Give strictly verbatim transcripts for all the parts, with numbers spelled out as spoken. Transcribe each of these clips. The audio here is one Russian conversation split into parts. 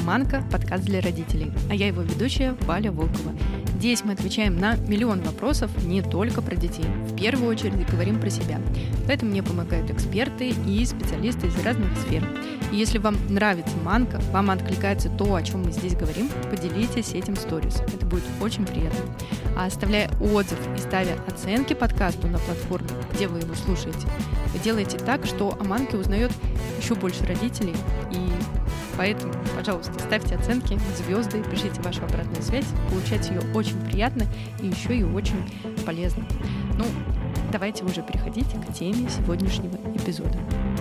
«Манка» – подкаст для родителей, а я его ведущая Валя Волкова. Здесь мы отвечаем на миллион вопросов не только про детей. В первую очередь говорим про себя. Поэтому мне помогают эксперты и специалисты из разных сфер. И если вам нравится «Манка», вам откликается то, о чем мы здесь говорим, поделитесь этим в сторис. Это будет очень приятно. А оставляя отзыв и ставя оценки подкасту на платформе, где вы его слушаете, вы делаете так, что о «Манке» узнает еще больше родителей. И поэтому, пожалуйста, ставьте оценки, звезды, пишите вашу обратную связь. Получать ее очень приятно и еще и очень полезно. Ну, давайте уже переходить к теме сегодняшнего эпизода.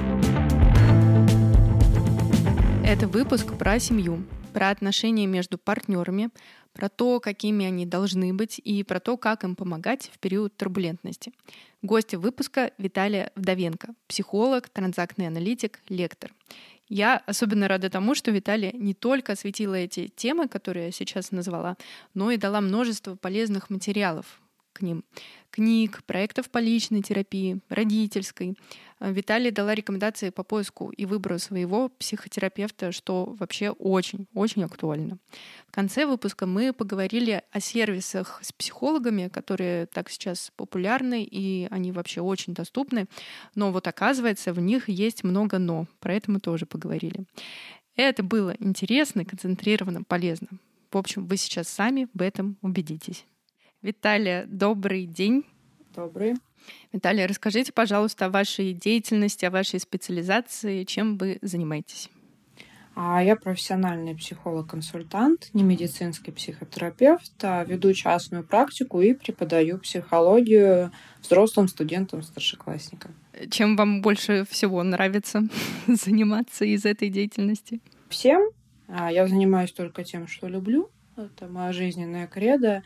Это выпуск про семью, про отношения между партнерами, про то, какими они должны быть, и про то, как им помогать в период турбулентности. Гостья выпуска Виталия Вдовенко, психолог, транзактный аналитик, лектор. Я особенно рада тому, что Виталия не только осветила эти темы, которые я сейчас назвала, но и дала множество полезных материалов к ним. Книг, проектов по личной терапии, родительской. Виталия дала рекомендации по поиску и выбору своего психотерапевта, что вообще очень-очень актуально. В конце выпуска мы поговорили о сервисах с психологами, которые так сейчас популярны, и они вообще очень доступны. Но вот оказывается, в них есть много «но». Про это мы тоже поговорили. Это было интересно, концентрированно, полезно. В общем, вы сейчас сами в этом убедитесь. Виталия, добрый день. Добрый. Виталия, расскажите, пожалуйста, о вашей деятельности, о вашей специализации, чем вы занимаетесь? Я профессиональный психолог-консультант, не медицинский психотерапевт, веду частную практику и преподаю психологию взрослым студентам, старшеклассникам. Чем вам больше всего нравится заниматься из этой деятельности? Всем. Я занимаюсь только тем, что люблю. Это моя жизненная кредо.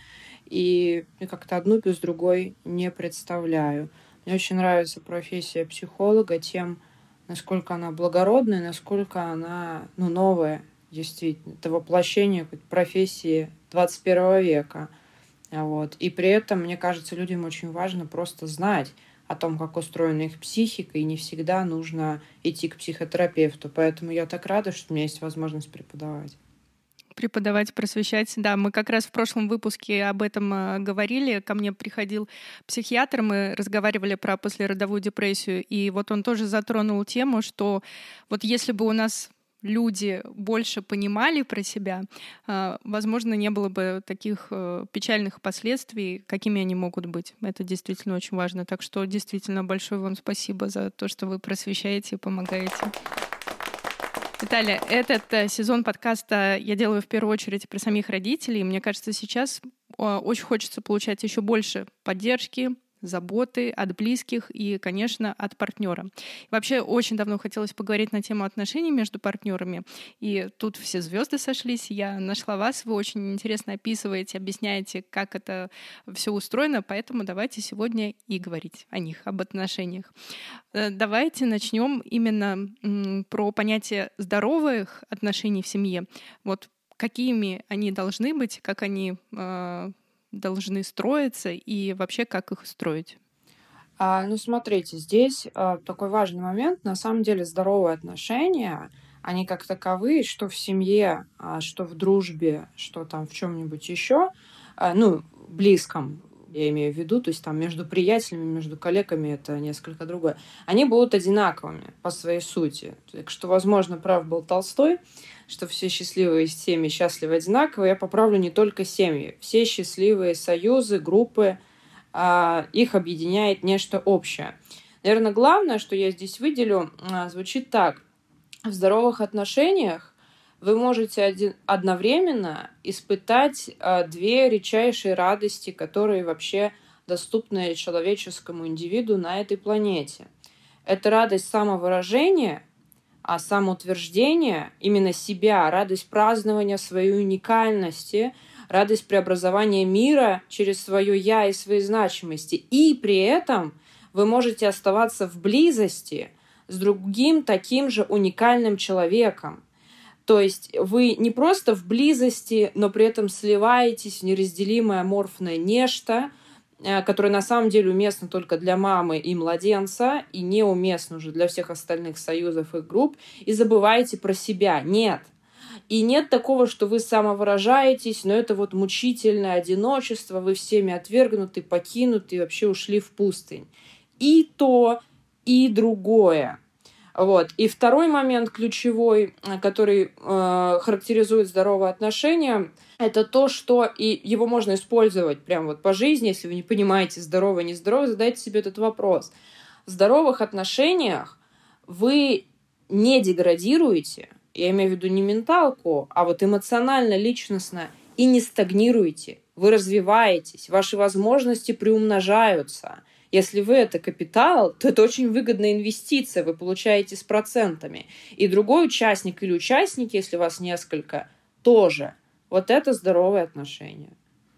И как-то одну без другой не представляю. Мне очень нравится профессия психолога тем, насколько она благородная, насколько она ну, новая, действительно. Это воплощение профессии двадцать первого века. Вот. И при этом, мне кажется, людям очень важно просто знать о том, как устроена их психика, и не всегда нужно идти к психотерапевту. Поэтому я так рада, что у меня есть возможность преподавать. Преподавать, просвещать. Да, мы как раз в прошлом выпуске об этом э, говорили. Ко мне приходил психиатр, мы разговаривали про послеродовую депрессию, и вот он тоже затронул тему, что вот если бы у нас люди больше понимали про себя, э, возможно, не было бы таких э, печальных последствий, какими они могут быть. Это действительно очень важно. Так что действительно большое вам спасибо за то, что вы просвещаете и помогаете. Виталия, этот сезон подкаста я делаю в первую очередь про самих родителей. Мне кажется, сейчас очень хочется получать еще больше поддержки, заботы от близких и, конечно, от партнера. Вообще, очень давно хотелось поговорить на тему отношений между партнерами, и тут все звезды сошлись. Я нашла вас, вы очень интересно описываете, объясняете, как это все устроено, поэтому давайте сегодня и говорить о них, об отношениях. Давайте начнем именно про понятие здоровых отношений в семье. Вот какими они должны быть, как они должны строиться и вообще как их строить? А, ну, смотрите, здесь а, такой важный момент. На самом деле здоровые отношения, они как таковые, что в семье, а, что в дружбе, что там в чем-нибудь еще, а, ну, близком, я имею в виду, то есть там между приятелями, между коллегами это несколько другое, они будут одинаковыми по своей сути. Так что, возможно, прав был Толстой, что все счастливые семьи счастливы одинаково. Я поправлю, не только семьи. Все счастливые союзы, группы, а, их объединяет нечто общее. Наверное, главное, что я здесь выделю, а, звучит так. В здоровых отношениях вы можете один, одновременно испытать а, две редчайшие радости, которые вообще доступны человеческому индивиду на этой планете. Это радость самовыражения, а самоутверждение именно себя, радость празднования своей уникальности, радость преобразования мира через свое «я» и свои значимости. И при этом вы можете оставаться в близости с другим таким же уникальным человеком. То есть вы не просто в близости, но при этом сливаетесь в неразделимое аморфное нечто, которое на самом деле уместно только для мамы и младенца, и неуместно уже для всех остальных союзов и групп, и забываете про себя. Нет. И нет такого, что вы самовыражаетесь, но это вот мучительное одиночество, вы всеми отвергнуты, покинуты и вообще ушли в пустынь. И то, и другое. Вот. И второй момент ключевой, который э, характеризует здоровые отношения, это то, что и его можно использовать прямо вот по жизни, если вы не понимаете, здорово, не здорово, задайте себе этот вопрос. В здоровых отношениях вы не деградируете, я имею в виду не менталку, а вот эмоционально, личностно, и не стагнируете. Вы развиваетесь, ваши возможности приумножаются. Если вы это капитал, то это очень выгодная инвестиция, вы получаете с процентами. И другой участник или участники, если вас несколько, тоже. Вот это здоровые отношения.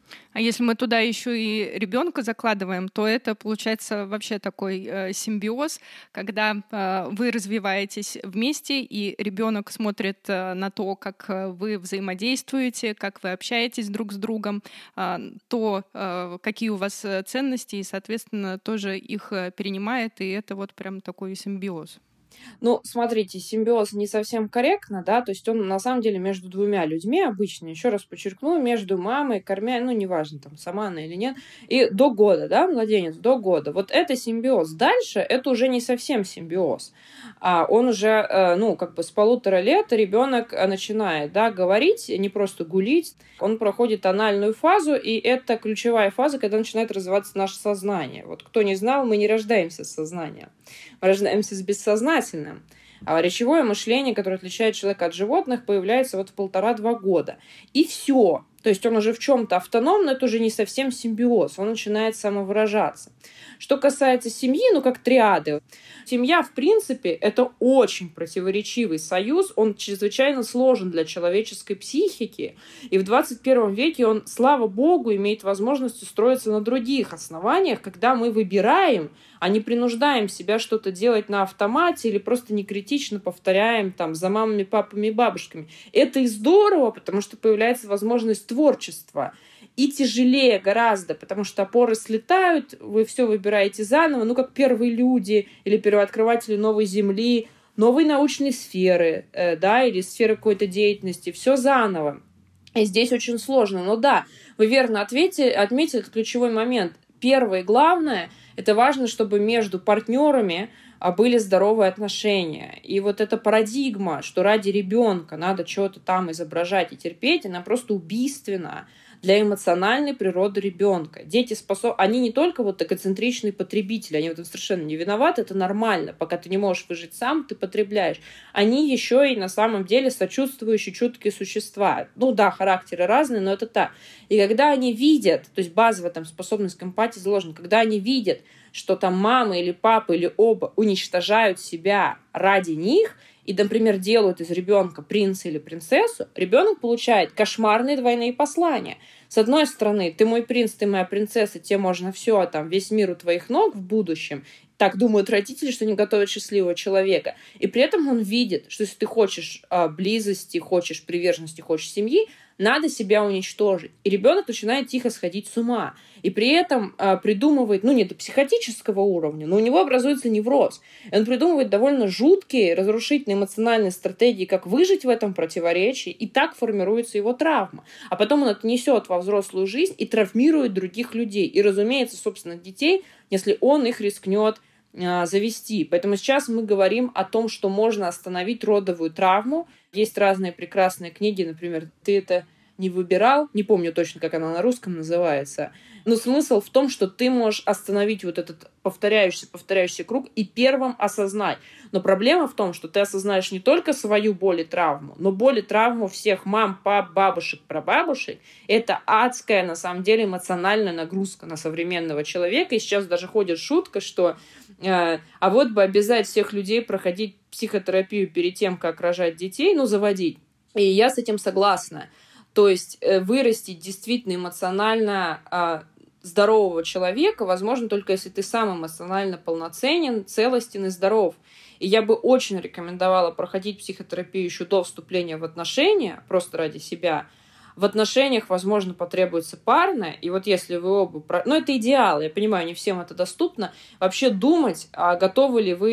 А если мы туда еще и ребенка закладываем, то это получается вообще такой э, симбиоз, когда э, вы развиваетесь вместе, и ребенок смотрит э, на то, как вы взаимодействуете, как вы общаетесь друг с другом, э, то, э, какие у вас ценности, и, соответственно, тоже их перенимает, и это вот прям такой симбиоз. Ну, смотрите, симбиоз не совсем корректно, да, то есть он на самом деле между двумя людьми обычно, еще раз подчеркну, между мамой, кормя, ну, неважно, там, сама она или нет, и до года, да, младенец, до года. Вот это симбиоз. Дальше это уже не совсем симбиоз. А он уже, ну, как бы с полутора лет ребенок начинает, да, говорить, не просто гулить, он проходит анальную фазу, и это ключевая фаза, когда начинает развиваться наше сознание. Вот кто не знал, мы не рождаемся с сознанием, мы рождаемся с бессознательным. А речевое мышление, которое отличает человека от животных, появляется вот в полтора-два года. И все. То есть он уже в чем-то автономный, но это уже не совсем симбиоз, он начинает самовыражаться. Что касается семьи, ну как триады. Семья, в принципе, это очень противоречивый союз, он чрезвычайно сложен для человеческой психики. И в двадцать первом веке он, слава богу, имеет возможность устроиться на других основаниях, когда мы выбираем, а не принуждаем себя что-то делать на автомате или просто некритично повторяем там за мамами, папами и бабушками. Это и здорово, потому что появляется возможность творчества. И тяжелее гораздо, потому что опоры слетают, вы все выбираете заново, ну, как первые люди или первооткрыватели новой земли, новой научной сферы, э, да, или сферы какой-то деятельности, все заново. И здесь очень сложно. Но да, вы верно ответили, отметили этот ключевой момент. Первое и главное, это важно, чтобы между партнерами были здоровые отношения. И вот эта парадигма, что ради ребенка надо что-то там изображать и терпеть, она просто убийственна для эмоциональной природы ребенка. Дети способны, они не только вот эгоцентричные потребители, они в этом совершенно не виноваты, это нормально. Пока ты не можешь выжить сам, ты потребляешь. Они еще и на самом деле сочувствующие, чуткие существа. Ну да, характеры разные, но это так. И когда они видят, то есть базовая там способность к эмпатии заложена, когда они видят, что там мама или папа или оба уничтожают себя ради них, и, например, делают из ребенка принца или принцессу, ребенок получает кошмарные двойные послания. С одной стороны, ты мой принц, ты моя принцесса, тебе можно все, там, весь мир у твоих ног в будущем. Так думают родители, что не готовят счастливого человека. И при этом он видит, что если ты хочешь а, близости, хочешь приверженности, хочешь семьи, надо себя уничтожить. И ребенок начинает тихо сходить с ума. И при этом а, придумывает, ну не до психотического уровня, но у него образуется невроз. И он придумывает довольно жуткие, разрушительные эмоциональные стратегии, как выжить в этом противоречии, и так формируется его травма. А потом он это несет во взрослую жизнь и травмирует других людей. И, разумеется, собственно, детей, если он их рискнет а, завести. Поэтому сейчас мы говорим о том, что можно остановить родовую травму. Есть разные прекрасные книги, например, «Ты это не выбирал», не помню точно, как она на русском называется, но смысл в том, что ты можешь остановить вот этот повторяющийся, повторяющийся круг и первым осознать. Но проблема в том, что ты осознаешь не только свою боль и травму, но боль и травму всех мам, пап, бабушек, прабабушек. Это адская, на самом деле, эмоциональная нагрузка на современного человека. И сейчас даже ходит шутка, что э, а вот бы обязать всех людей проходить психотерапию перед тем, как рожать детей, ну, заводить. И я с этим согласна. То есть э, вырастить действительно эмоционально э, здорового человека возможно только если ты сам эмоционально полноценен, целостен и здоров. И я бы очень рекомендовала проходить психотерапию еще до вступления в отношения, просто ради себя. В отношениях, возможно, потребуется парное. И вот если вы оба... Ну, это идеал, я понимаю, не всем это доступно. Вообще думать, а готовы ли вы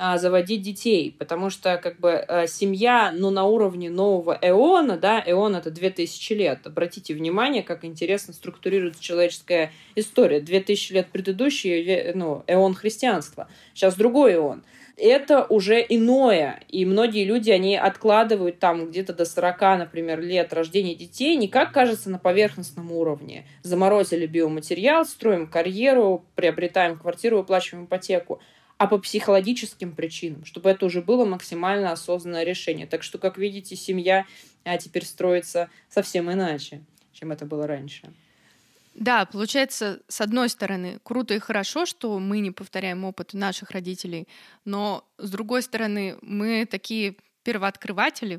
а, заводить детей, потому что как бы а, семья, ну, на уровне нового эона, да, эон — это две тысячи лет. Обратите внимание, как интересно структурируется человеческая история. Две тысячи лет предыдущий, ну, эон христианства, сейчас другой эон. Это уже иное, и многие люди, они откладывают там где-то до сорока, например, лет рождения детей, не как кажется на поверхностном уровне. Заморозили биоматериал, строим карьеру, приобретаем квартиру, выплачиваем ипотеку, а по психологическим причинам, чтобы это уже было максимально осознанное решение. Так что, как видите, семья а, теперь строится совсем иначе, чем это было раньше. Да, получается, с одной стороны, круто и хорошо, что мы не повторяем опыт наших родителей, но с другой стороны, мы такие первооткрыватели,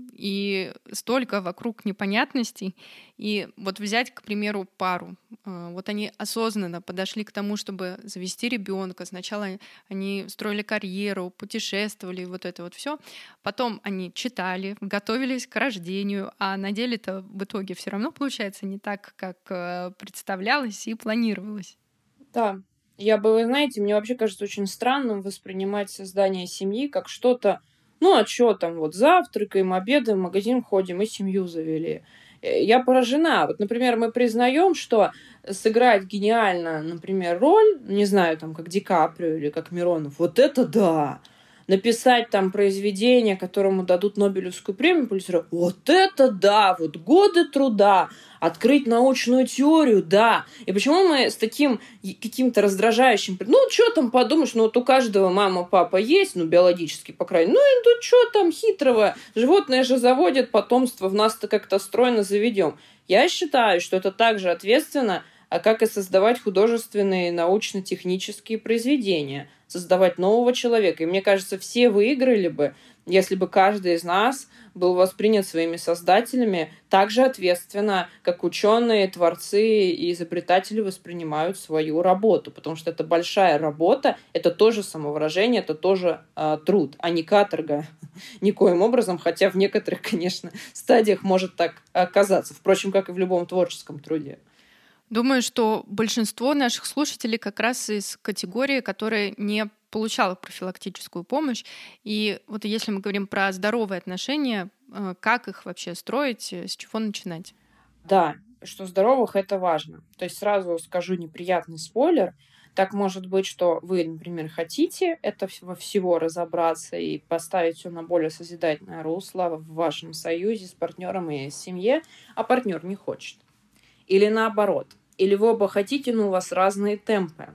и столько вокруг непонятностей. И вот взять, к примеру, пару. Вот они осознанно подошли к тому, чтобы завести ребенка. Сначала они строили карьеру, путешествовали, вот это вот все. Потом они читали, готовились к рождению, а на деле-то в итоге все равно получается не так, как представлялось и планировалось. Да, я бы, вы знаете, мне вообще кажется очень странным воспринимать создание семьи как что-то. Ну, а что там, вот завтракаем, обедаем, в магазин ходим и семью завели. Я поражена. Вот, например, мы признаем, что сыграть гениально, например, роль, не знаю, там, как Ди Каприо или как Миронов, вот это да! Написать там произведение, которому дадут Нобелевскую премию, Пулитцера, вот это да! Вот годы труда! Открыть научную теорию, да. И почему мы с таким каким-то раздражающим... Ну, что там подумаешь, ну, вот у каждого мама, папа есть, ну, биологически, по крайней мере. Ну, и ну, что там хитрого? Животные же заводят потомство, в нас-то как-то стройно заведем. Я считаю, что это также ответственно, а как и создавать художественные научно-технические произведения, создавать нового человека. И мне кажется, все выиграли бы, если бы каждый из нас был воспринят своими создателями так же ответственно, как ученые, творцы и изобретатели воспринимают свою работу. Потому что это большая работа, это тоже самовыражение, это тоже э, труд, а не каторга никоим образом, хотя в некоторых, конечно, стадиях может так оказаться. Впрочем, как и в любом творческом труде. Думаю, что большинство наших слушателей как раз из категории, которая не получала профилактическую помощь. И вот если мы говорим про здоровые отношения, как их вообще строить, с чего начинать? Да, что здоровых — это важно. То есть сразу скажу неприятный спойлер. Так может быть, что вы, например, хотите это во всего разобраться и поставить все на более созидательное русло в вашем союзе с партнером и семье, а партнер не хочет. Или наоборот. Или вы оба хотите, но у вас разные темпы.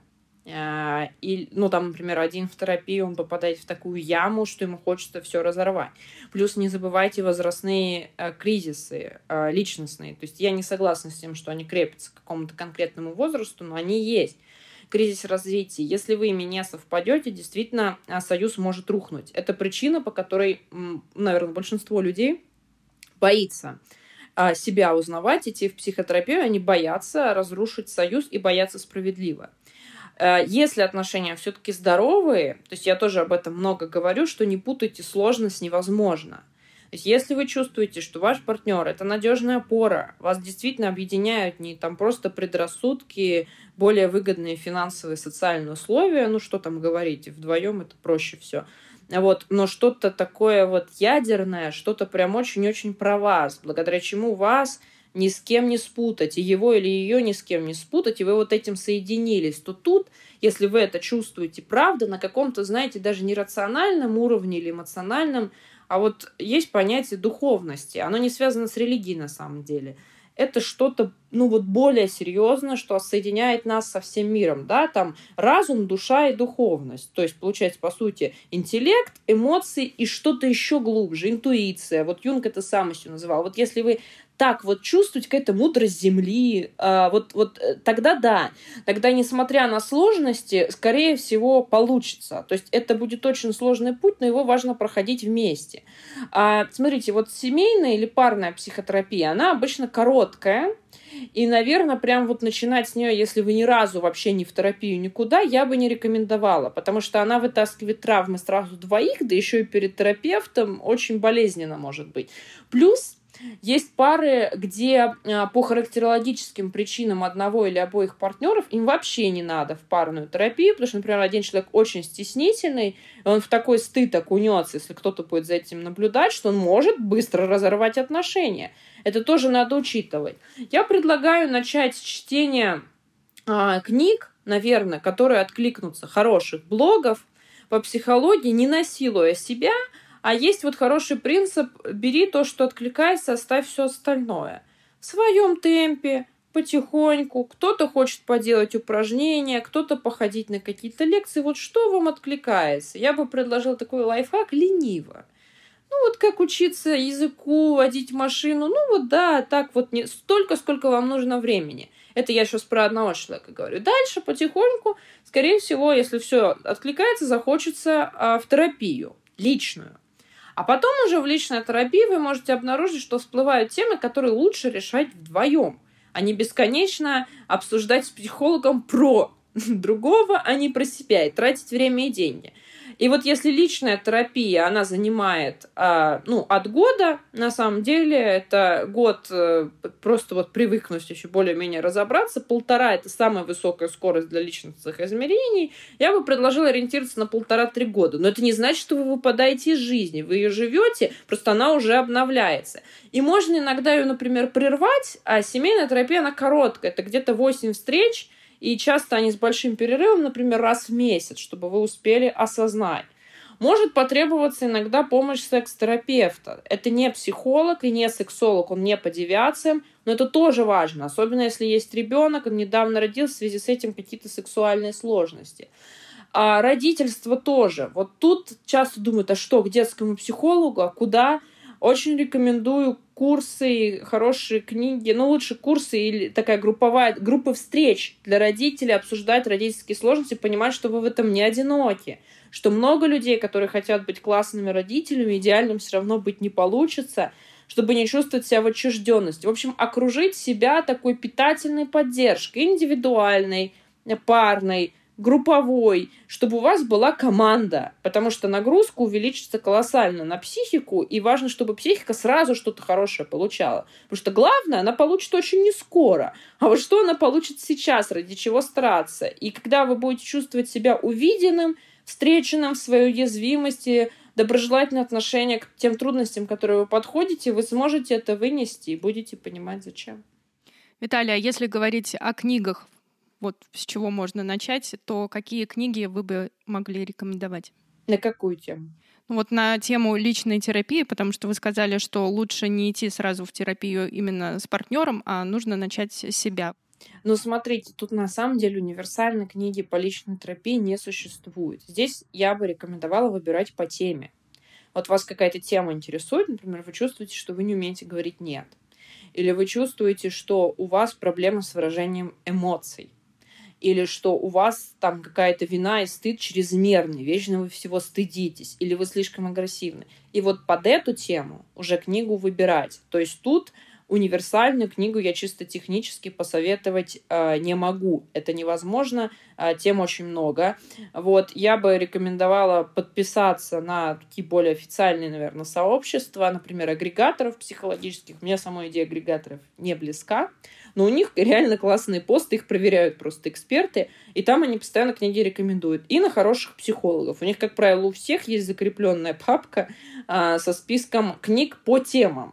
И, ну, там, например, один в терапии, он попадает в такую яму, что ему хочется все разорвать. Плюс не забывайте возрастные э, кризисы э, личностные. То есть я не согласна с тем, что они крепятся к какому-то конкретному возрасту, но они есть. Кризис развития. Если вы ими не совпадете, действительно, союз может рухнуть. Это причина, по которой, наверное, большинство людей боится себя узнавать, идти в психотерапию, они боятся разрушить союз и боятся справедливо. Если отношения все-таки здоровые, то есть я тоже об этом много говорю, что не путайте сложно с невозможно. То есть если вы чувствуете, что ваш партнер — это надежная опора, вас действительно объединяют не там просто предрассудки, более выгодные финансовые и социальные условия, ну что там говорить, вдвоем это проще все. Вот, но что-то такое вот ядерное, что-то прям очень-очень про вас, благодаря чему вас ни с кем не спутать, и его или ее ни с кем не спутать, и вы вот этим соединились, то тут, если вы это чувствуете, правда, на каком-то, знаете, даже не рациональном уровне или эмоциональном, а вот есть понятие духовности, оно не связано с религией на самом деле. Это что-то, ну вот более серьезное, что соединяет нас со всем миром, да, там разум, душа и духовность. То есть, получается, по сути, интеллект, эмоции и что-то еще глубже, интуиция. Вот Юнг это сам еще называл. Вот если вы так вот чувствуете, какая-то мудрость Земли, а, вот, вот тогда да, тогда, несмотря на сложности, скорее всего, получится. То есть это будет очень сложный путь, но его важно проходить вместе. А, смотрите, вот семейная или парная психотерапия, она обычно короткая, и, наверное, прям вот начинать с нее, если вы ни разу вообще не в терапию никуда, я бы не рекомендовала, потому что она вытаскивает травмы сразу двоих, да еще и перед терапевтом очень болезненно может быть. Плюс Есть пары, где а, по характерологическим причинам одного или обоих партнеров им вообще не надо в парную терапию, потому что, например, один человек очень стеснительный, и он в такой стыд окунется, если кто-то будет за этим наблюдать, что он может быстро разорвать отношения. Это тоже надо учитывать. Я предлагаю начать с чтения а, книг, наверное, которые откликнутся, хороших блогов по психологии, не насилуя себя, а есть вот хороший принцип: бери то, что откликается, оставь все остальное. В своем темпе, потихоньку. Кто-то хочет поделать упражнения, кто-то походить на какие-то лекции. Вот что вам откликается? Я бы предложила такой лайфхак: лениво. Ну, вот как учиться языку, водить машину. Ну, вот да, так вот не столько, сколько вам нужно времени. Это я сейчас про одного человека говорю. Дальше потихоньку, скорее всего, если все откликается, захочется а, в терапию личную. А потом уже в личной терапии вы можете обнаружить, что всплывают темы, которые лучше решать вдвоем, а не бесконечно обсуждать с психологом про другого, а не про себя, и тратить время и деньги. И вот если личная терапия, она занимает а, ну, от года, на самом деле, это год э, просто вот привыкнуть, еще более-менее разобраться, полтора — это самая высокая скорость для личностных измерений, я бы предложила ориентироваться на полтора-три года. Но это не значит, что вы выпадаете из жизни, вы ее живете, просто она уже обновляется. И можно иногда ее, например, прервать, а семейная терапия, она короткая, это где-то восемь встреч, и часто они с большим перерывом, например, раз в месяц, чтобы вы успели осознать. Может потребоваться иногда помощь секс-терапевта. Это не психолог и не сексолог, он не по девиациям, но это тоже важно, особенно если есть ребенок, он недавно родился, в связи с этим какие-то сексуальные сложности. А родительство тоже. Вот тут часто думают: а что, к детскому психологу, а куда? Очень рекомендую курсы, хорошие книги, ну, лучше курсы или такая групповая, группа встреч для родителей, обсуждать родительские сложности, понимать, что вы в этом не одиноки, что много людей, которые хотят быть классными родителями, идеальным все равно быть не получится, чтобы не чувствовать себя в отчужденности. В общем, окружить себя такой питательной поддержкой, индивидуальной, парной, групповой, чтобы у вас была команда, потому что нагрузка увеличится колоссально на психику, и важно, чтобы психика сразу что-то хорошее получала. Потому что главное, она получит очень не скоро. А вот что она получит сейчас, ради чего стараться. И когда вы будете чувствовать себя увиденным, встреченным в своей уязвимости, доброжелательное отношение к тем трудностям, которые вы подходите, вы сможете это вынести и будете понимать, зачем. Виталия, а если говорить о книгах, вот с чего можно начать, то какие книги вы бы могли рекомендовать? На какую тему? Ну, вот на тему личной терапии, потому что вы сказали, что лучше не идти сразу в терапию именно с партнером, а нужно начать с себя. Ну, смотрите, тут на самом деле универсальной книги по личной терапии не существует. Здесь я бы рекомендовала выбирать по теме. Вот вас какая-то тема интересует, например, вы чувствуете, что вы не умеете говорить «нет». Или вы чувствуете, что у вас проблемы с выражением эмоций. Или что у вас там какая-то вина и стыд чрезмерный, вечно вы всего стыдитесь, или вы слишком агрессивны. И вот под эту тему уже книгу выбирать. То есть тут универсальную книгу я чисто технически посоветовать э, не могу. Это невозможно, э, тем очень много. Вот, я бы рекомендовала подписаться на такие более официальные, наверное, сообщества, например, агрегаторов психологических. Мне сама идея агрегаторов не близка, но у них реально классные посты, их проверяют просто эксперты, и там они постоянно книги рекомендуют. И на хороших психологов. У них, как правило, у всех есть закрепленная папка э, со списком книг по темам.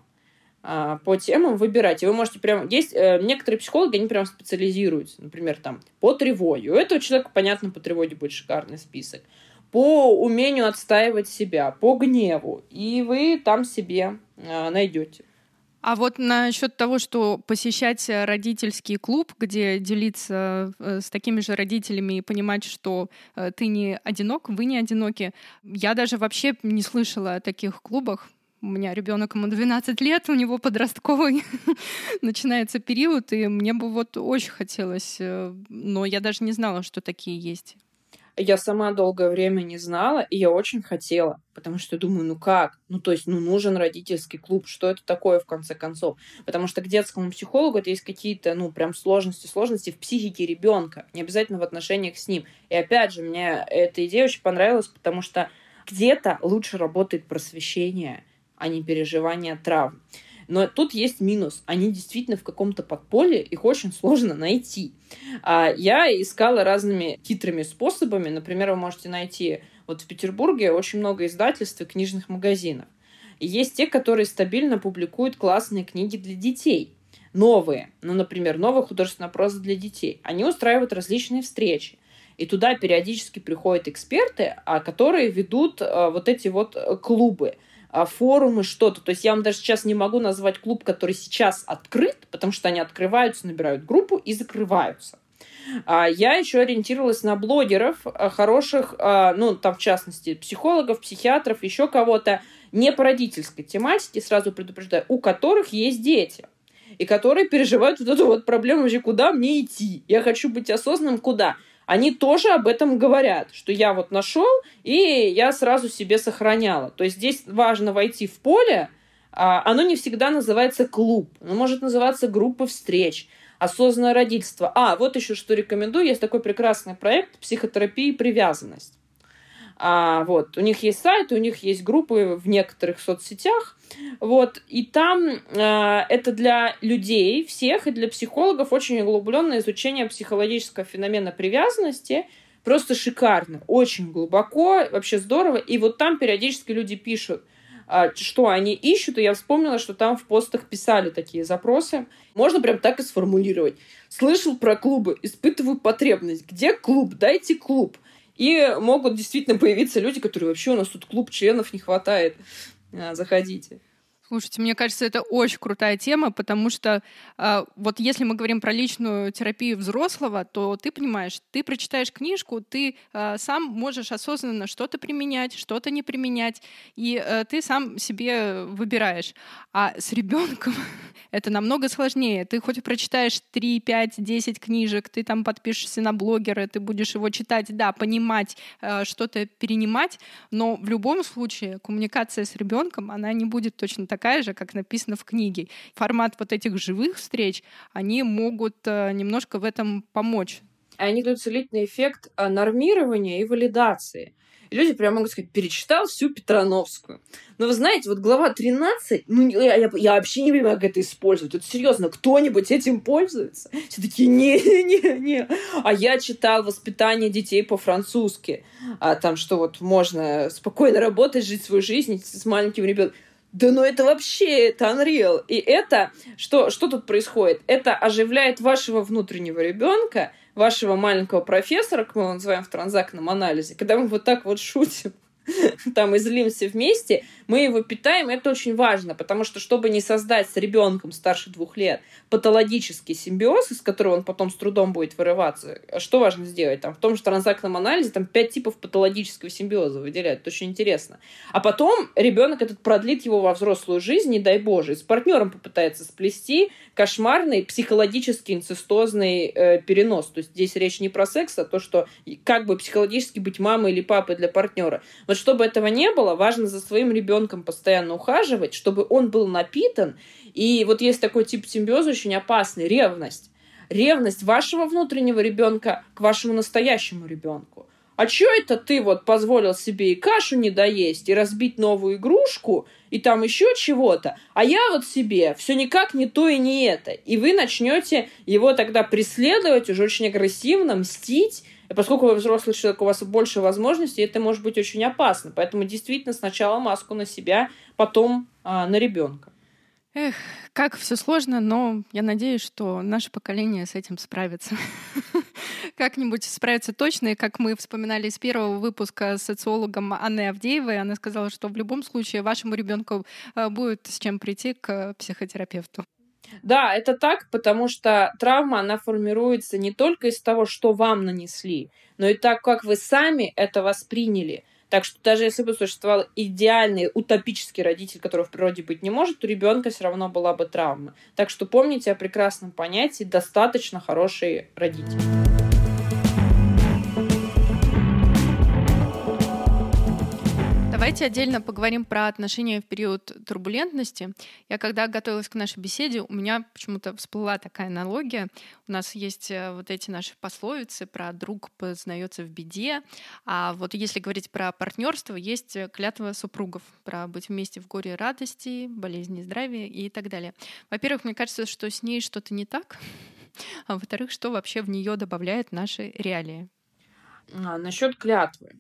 По темам выбирать. И вы можете прям... Есть э, некоторые психологи, они прям специализируются. Например, там, по тревоге. У этого человека, понятно, по тревоге будет шикарный список. По умению отстаивать себя, по гневу. И вы там себе э, найдете. А вот насчет того, что посещать родительский клуб, где делиться с такими же родителями и понимать, что ты не одинок, вы не одиноки, я даже вообще не слышала о таких клубах. У меня ребенок, ему двенадцать лет, у него подростковый начинается период, и мне бы вот очень хотелось, но я даже не знала, что такие есть. Я сама долгое время не знала, и я очень хотела, потому что думаю, ну как? Ну то есть, ну нужен родительский клуб, что это такое в конце концов? Потому что к детскому психологу это есть какие-то, ну прям сложности, сложности в психике ребенка, не обязательно в отношениях с ним. И опять же, мне эта идея очень понравилась, потому что где-то лучше работает просвещение, а не переживание травм. Но тут есть минус. Они действительно в каком-то подполье, их очень сложно найти. Я искала разными хитрыми способами. Например, вы можете найти вот в Петербурге очень много издательств и книжных магазинов. И есть те, которые стабильно публикуют классные книги для детей. Новые. Ну, например, новая художественная проза для детей. Они устраивают различные встречи. И туда периодически приходят эксперты, которые ведут вот эти вот клубы, форумы, что-то. То есть я вам даже сейчас не могу назвать клуб, который сейчас открыт, потому что они открываются, набирают группу и закрываются. Я еще ориентировалась на блогеров, хороших, ну, там, в частности, психологов, психиатров, еще кого-то, не по родительской тематике, сразу предупреждаю, у которых есть дети, и которые переживают вот эту вот проблему, вообще, куда мне идти? Я хочу быть осознанным, куда? Они тоже об этом говорят, что я вот нашел, и я сразу себе сохраняла. То есть здесь важно войти в поле, оно не всегда называется клуб, оно может называться группа встреч, осознанное родительство. А, вот еще что рекомендую. Есть такой прекрасный проект «Психотерапия и привязанность». А, вот. У них есть сайт, у них есть группы в некоторых соцсетях. Вот. И там а, это для людей всех и для психологов очень углубленное изучение психологического феномена привязанности. Просто шикарно, очень глубоко, вообще здорово. И вот там периодически люди пишут, что они ищут, и я вспомнила, что там в постах писали такие запросы. Можно прям так и сформулировать. Слышал про клубы, испытываю потребность. Где клуб? Дайте клуб. И могут действительно появиться люди, которые вообще у нас тут клуб членов не хватает. Заходите. Слушайте, мне кажется, это очень крутая тема, потому что э, вот если мы говорим про личную терапию взрослого, то ты понимаешь, ты прочитаешь книжку, ты э, сам можешь осознанно что-то применять, что-то не применять, и э, ты сам себе выбираешь. А с ребенком это намного сложнее. Ты хоть прочитаешь три, пять, десять книжек, ты там подпишешься на блогера, ты будешь его читать, да, понимать, э, что-то перенимать, но в любом случае коммуникация с ребенком, она не будет точно так такая же, как написано в книге. Формат вот этих живых встреч, они могут э, немножко в этом помочь. Они дают целительный эффект нормирования и валидации. И люди прямо могут сказать, перечитал всю Петрановскую. Но вы знаете, вот глава тринадцать, ну, я, я, я вообще не понимаю, как это использовать. Вот серьезно, кто-нибудь этим пользуется? Все такие, не-не-не. А я читал «Воспитание детей по-французски». А там, что вот можно спокойно работать, жить свою жизнь с маленьким ребенком. Да ну это вообще, это unreal. И это, что, что тут происходит? Это оживляет вашего внутреннего ребенка, вашего маленького профессора, как мы его называем в транзактном анализе, когда мы вот так вот шутим, там и злимся вместе, мы его питаем, это очень важно, потому что, чтобы не создать с ребенком старше двух лет патологический симбиоз, из которого он потом с трудом будет вырываться, что важно сделать? Там, в том же транзактном анализе там пять типов патологического симбиоза выделяют, это очень интересно. А потом ребенок этот продлит его во взрослую жизнь, не дай боже, и с партнером попытается сплести кошмарный психологический инцестозный э, перенос. То есть здесь речь не про секс, а то, что как бы психологически быть мамой или папой для партнера. Вот чтобы этого не было, важно за своим ребенком постоянно ухаживать, чтобы он был напитан. И вот есть такой тип симбиоза очень опасный – ревность. Ревность вашего внутреннего ребенка к вашему настоящему ребенку. А чё это ты вот позволил себе и кашу не доесть, и разбить новую игрушку, и там еще чего-то, а я вот себе все никак не то и не это. И вы начнете его тогда преследовать уже очень агрессивно, мстить. И поскольку вы взрослый человек, у вас больше возможностей, это может быть очень опасно. Поэтому действительно сначала маску на себя, потом а, на ребенка. Эх, как все сложно, но я надеюсь, что наше поколение с этим справится. Как-нибудь справится точно. И как мы вспоминали из первого выпуска с социологом Анной Авдеевой, она сказала, что в любом случае вашему ребенку будет с чем прийти к психотерапевту. Да, это так, потому что травма, она формируется не только из того, что вам нанесли, но и так, как вы сами это восприняли. Так что даже если бы существовал идеальный, утопический родитель, которого в природе быть не может, у ребенка все равно была бы травма. Так что помните о прекрасном понятии «достаточно хороший родитель». Давайте отдельно поговорим про отношения в период турбулентности. Я когда готовилась к нашей беседе, у меня почему-то всплыла такая аналогия. У нас есть э, вот эти наши пословицы про «друг познается в беде», а вот если говорить про партнерство, есть э, клятва супругов про быть вместе в горе и радости, болезни и здравия и так далее. Во-первых, мне кажется, что с ней что-то не так, а во-вторых, что вообще в нее добавляет наши реалии. А, насчет клятвы.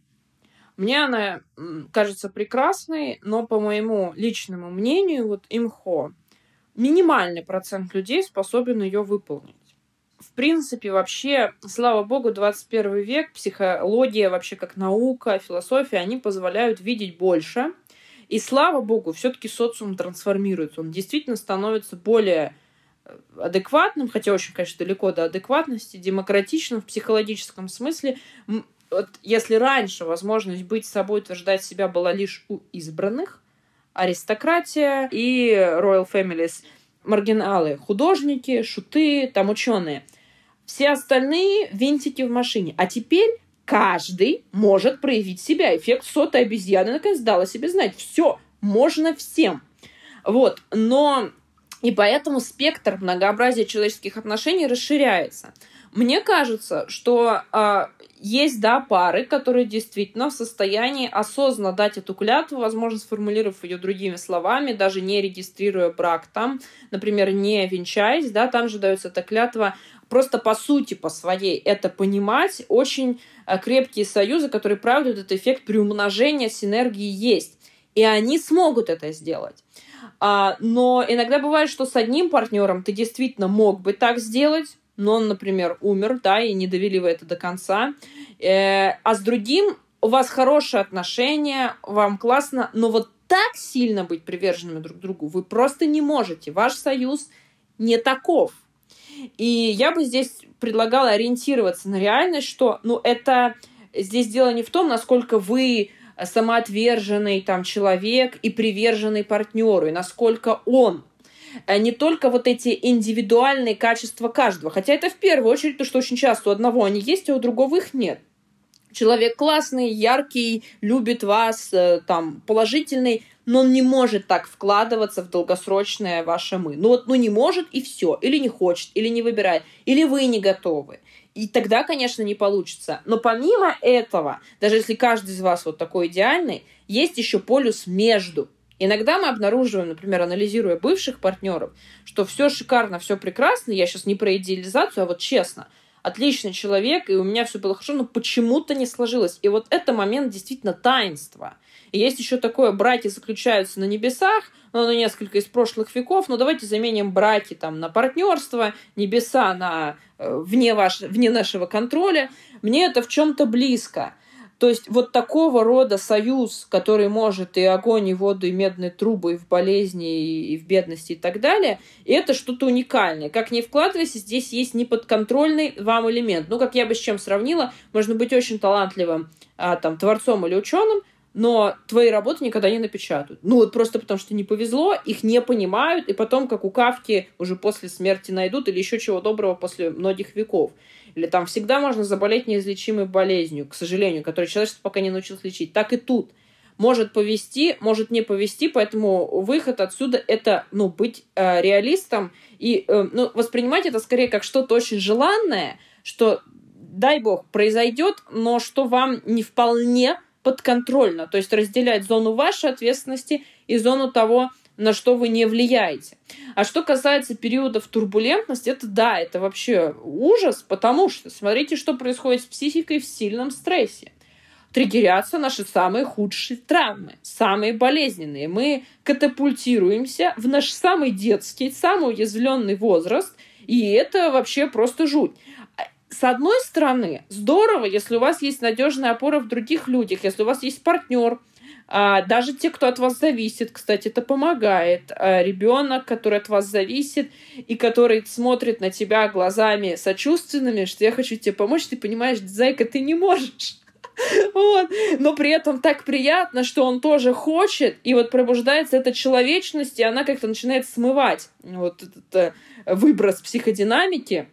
Мне она м, кажется прекрасной, но по моему личному мнению, вот имхо, минимальный процент людей способен ее выполнить. В принципе, вообще, слава богу, двадцать первый век, психология, вообще как наука, философия, они позволяют видеть больше. И слава богу, все-таки социум трансформируется. Он действительно становится более адекватным, хотя очень, конечно, далеко до адекватности, демократичным в психологическом смысле. Вот если раньше возможность быть собой, утверждать себя была лишь у избранных, аристократия и royal families, маргиналы, художники, шуты, там ученые, все остальные винтики в машине. А теперь каждый может проявить себя. Эффект сотой обезьяны наконец дал о себе знать. Все, можно всем. Вот, но и поэтому спектр многообразия человеческих отношений расширяется. Мне кажется, что э, есть, да, пары, которые действительно в состоянии осознанно дать эту клятву, возможно, сформулировав ее другими словами, даже не регистрируя брак там, например, не венчаясь, да, там же дается эта клятва. Просто по сути, по своей, это понимать, очень э, крепкие союзы, которые, правда, этот эффект приумножения синергии есть. И они смогут это сделать. А, но иногда бывает, что с одним партнером ты действительно мог бы так сделать, но он, например, умер, да, и не довели вы это до конца. Э, а с другим у вас хорошие отношения, вам классно, но вот так сильно быть приверженными друг другу вы просто не можете. Ваш союз не таков. И я бы здесь предлагала ориентироваться на реальность, что, ну, это здесь дело не в том, насколько вы самоотверженный там человек и приверженный партнеру, и насколько он не только вот эти индивидуальные качества каждого, хотя это в первую очередь то, что очень часто у одного они есть, а у другого их нет. Человек классный, яркий, любит вас, там, положительный, но он не может так вкладываться в долгосрочное ваше «мы». Ну вот, ну не может и все, или не хочет, или не выбирает, или вы не готовы. И тогда, конечно, не получится. Но помимо этого, даже если каждый из вас вот такой идеальный, есть еще полюс между. Иногда мы обнаруживаем, например, анализируя бывших партнеров, что все шикарно, все прекрасно, я сейчас не про идеализацию, а вот честно, отличный человек, и у меня все было хорошо, но почему-то не сложилось. И вот это момент действительно таинства. И есть еще такое, браки заключаются на небесах, ну, на несколько из прошлых веков, но давайте заменим браки там на партнерство, небеса на э, вне, ваш, вне нашего контроля. Мне это в чем-то близко. То есть вот такого рода союз, который может и огонь, и воду, и медные трубы, и в болезни, и в бедности, и так далее, и это что-то уникальное. Как ни вкладывайся, здесь есть неподконтрольный вам элемент. Ну, как я бы с чем сравнила, можно быть очень талантливым а, там, творцом или ученым, но твои работы никогда не напечатают. Ну, вот просто потому, что не повезло, их не понимают, и потом, как у Кафки, уже после смерти найдут, или еще чего доброго после многих веков. Или там всегда можно заболеть неизлечимой болезнью, к сожалению, которую человечество пока не научилось лечить. Так и тут. Может повезти, может не повезти, поэтому выход отсюда — это, ну, быть э, реалистом и э, ну, воспринимать это скорее как что-то очень желанное, что, дай бог, произойдет, но что вам не вполне подконтрольно. То есть разделять зону вашей ответственности и зону того, на что вы не влияете. А что касается периодов турбулентности, это да, это вообще ужас, потому что смотрите, что происходит с психикой в сильном стрессе. Триггерятся наши самые худшие травмы, самые болезненные. Мы катапультируемся в наш самый детский, самый уязвленный возраст, и это вообще просто жуть. С одной стороны, здорово, если у вас есть надежная опора в других людях, если у вас есть партнер, даже те, кто от вас зависит, кстати, это помогает. Ребенок, который от вас зависит и который смотрит на тебя глазами сочувственными, что я хочу тебе помочь, ты понимаешь, зайка, ты не можешь. Вот. Но при этом так приятно, что он тоже хочет, и вот пробуждается эта человечность, и она как-то начинает смывать вот этот выброс психодинамики.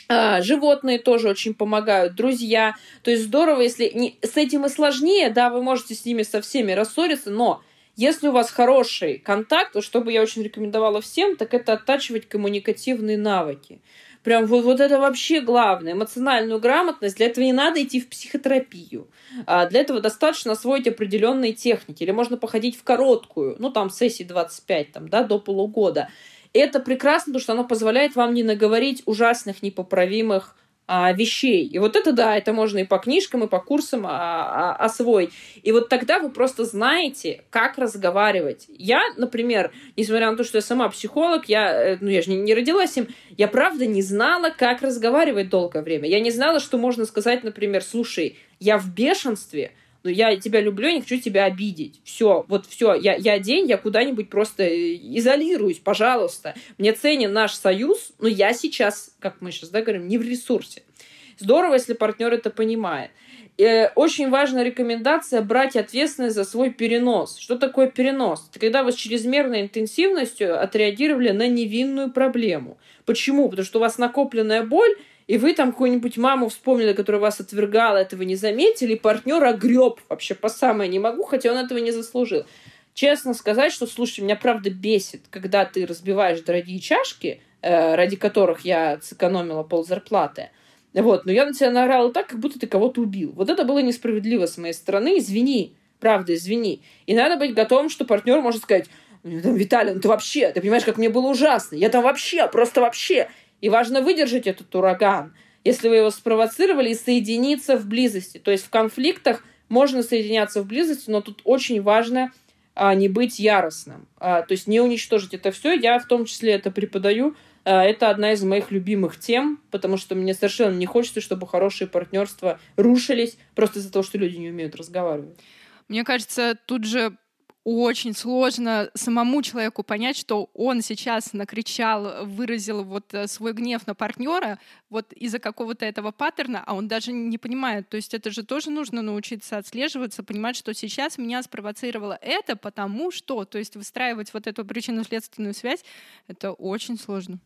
А, животные тоже очень помогают, друзья. То есть здорово, если не, с этим и сложнее, да, вы можете с ними со всеми рассориться, но если у вас хороший контакт, то что бы я очень рекомендовала всем, так это оттачивать коммуникативные навыки. Прям вот, вот это вообще главное. Эмоциональную грамотность. Для этого не надо идти в психотерапию. А для этого достаточно освоить определенные техники. Или можно походить в короткую, ну там сессии двадцать пять, там, да, до полугода. Это прекрасно, потому что оно позволяет вам не наговорить ужасных, непоправимых а, вещей. И вот это да, это можно и по книжкам, и по курсам а, а, освоить. И вот тогда вы просто знаете, как разговаривать. Я, например, несмотря на то, что я сама психолог, я, ну, я же не, не родилась им, я правда не знала, как разговаривать долгое время. Я не знала, что можно сказать, например, слушай, я в бешенстве, но я тебя люблю, я не хочу тебя обидеть. Все, вот все, я, я день, я куда-нибудь просто изолируюсь, пожалуйста. Мне ценен наш союз, но я сейчас, как мы сейчас да, говорим, не в ресурсе. Здорово, если партнер это понимает. И очень важная рекомендация брать ответственность за свой перенос. Что такое перенос? Это когда вы с чрезмерной интенсивностью отреагировали на невинную проблему. Почему? Потому что у вас накопленная боль, и вы там какую-нибудь маму вспомнили, которая вас отвергала, этого не заметили, и партнер огреб вообще по самое не могу, хотя он этого не заслужил. Честно сказать, что, слушай, меня правда бесит, когда ты разбиваешь дорогие чашки, э, ради которых я сэкономила ползарплаты, вот, но я на тебя наорала так, как будто ты кого-то убил. Вот это было несправедливо с моей стороны, извини, правда, извини. И надо быть готовым, что партнер может сказать, Виталий, ну ты вообще, ты понимаешь, как мне было ужасно, я там вообще, просто вообще... И важно выдержать этот ураган, если вы его спровоцировали, и соединиться в близости. То есть в конфликтах можно соединяться в близости, но тут очень важно а, не быть яростным. А, то есть не уничтожить это все. Я в том числе это преподаю. А, это одна из моих любимых тем, потому что мне совершенно не хочется, чтобы хорошие партнерства рушились просто из-за того, что люди не умеют разговаривать. Мне кажется, тут же очень сложно самому человеку понять, что он сейчас накричал, выразил вот свой гнев на партнера вот из-за какого-то этого паттерна, а он даже не понимает. То есть это же тоже нужно научиться отслеживаться, понимать, что сейчас меня спровоцировало это, потому что, то есть выстраивать вот эту причинно-следственную связь, это очень сложно.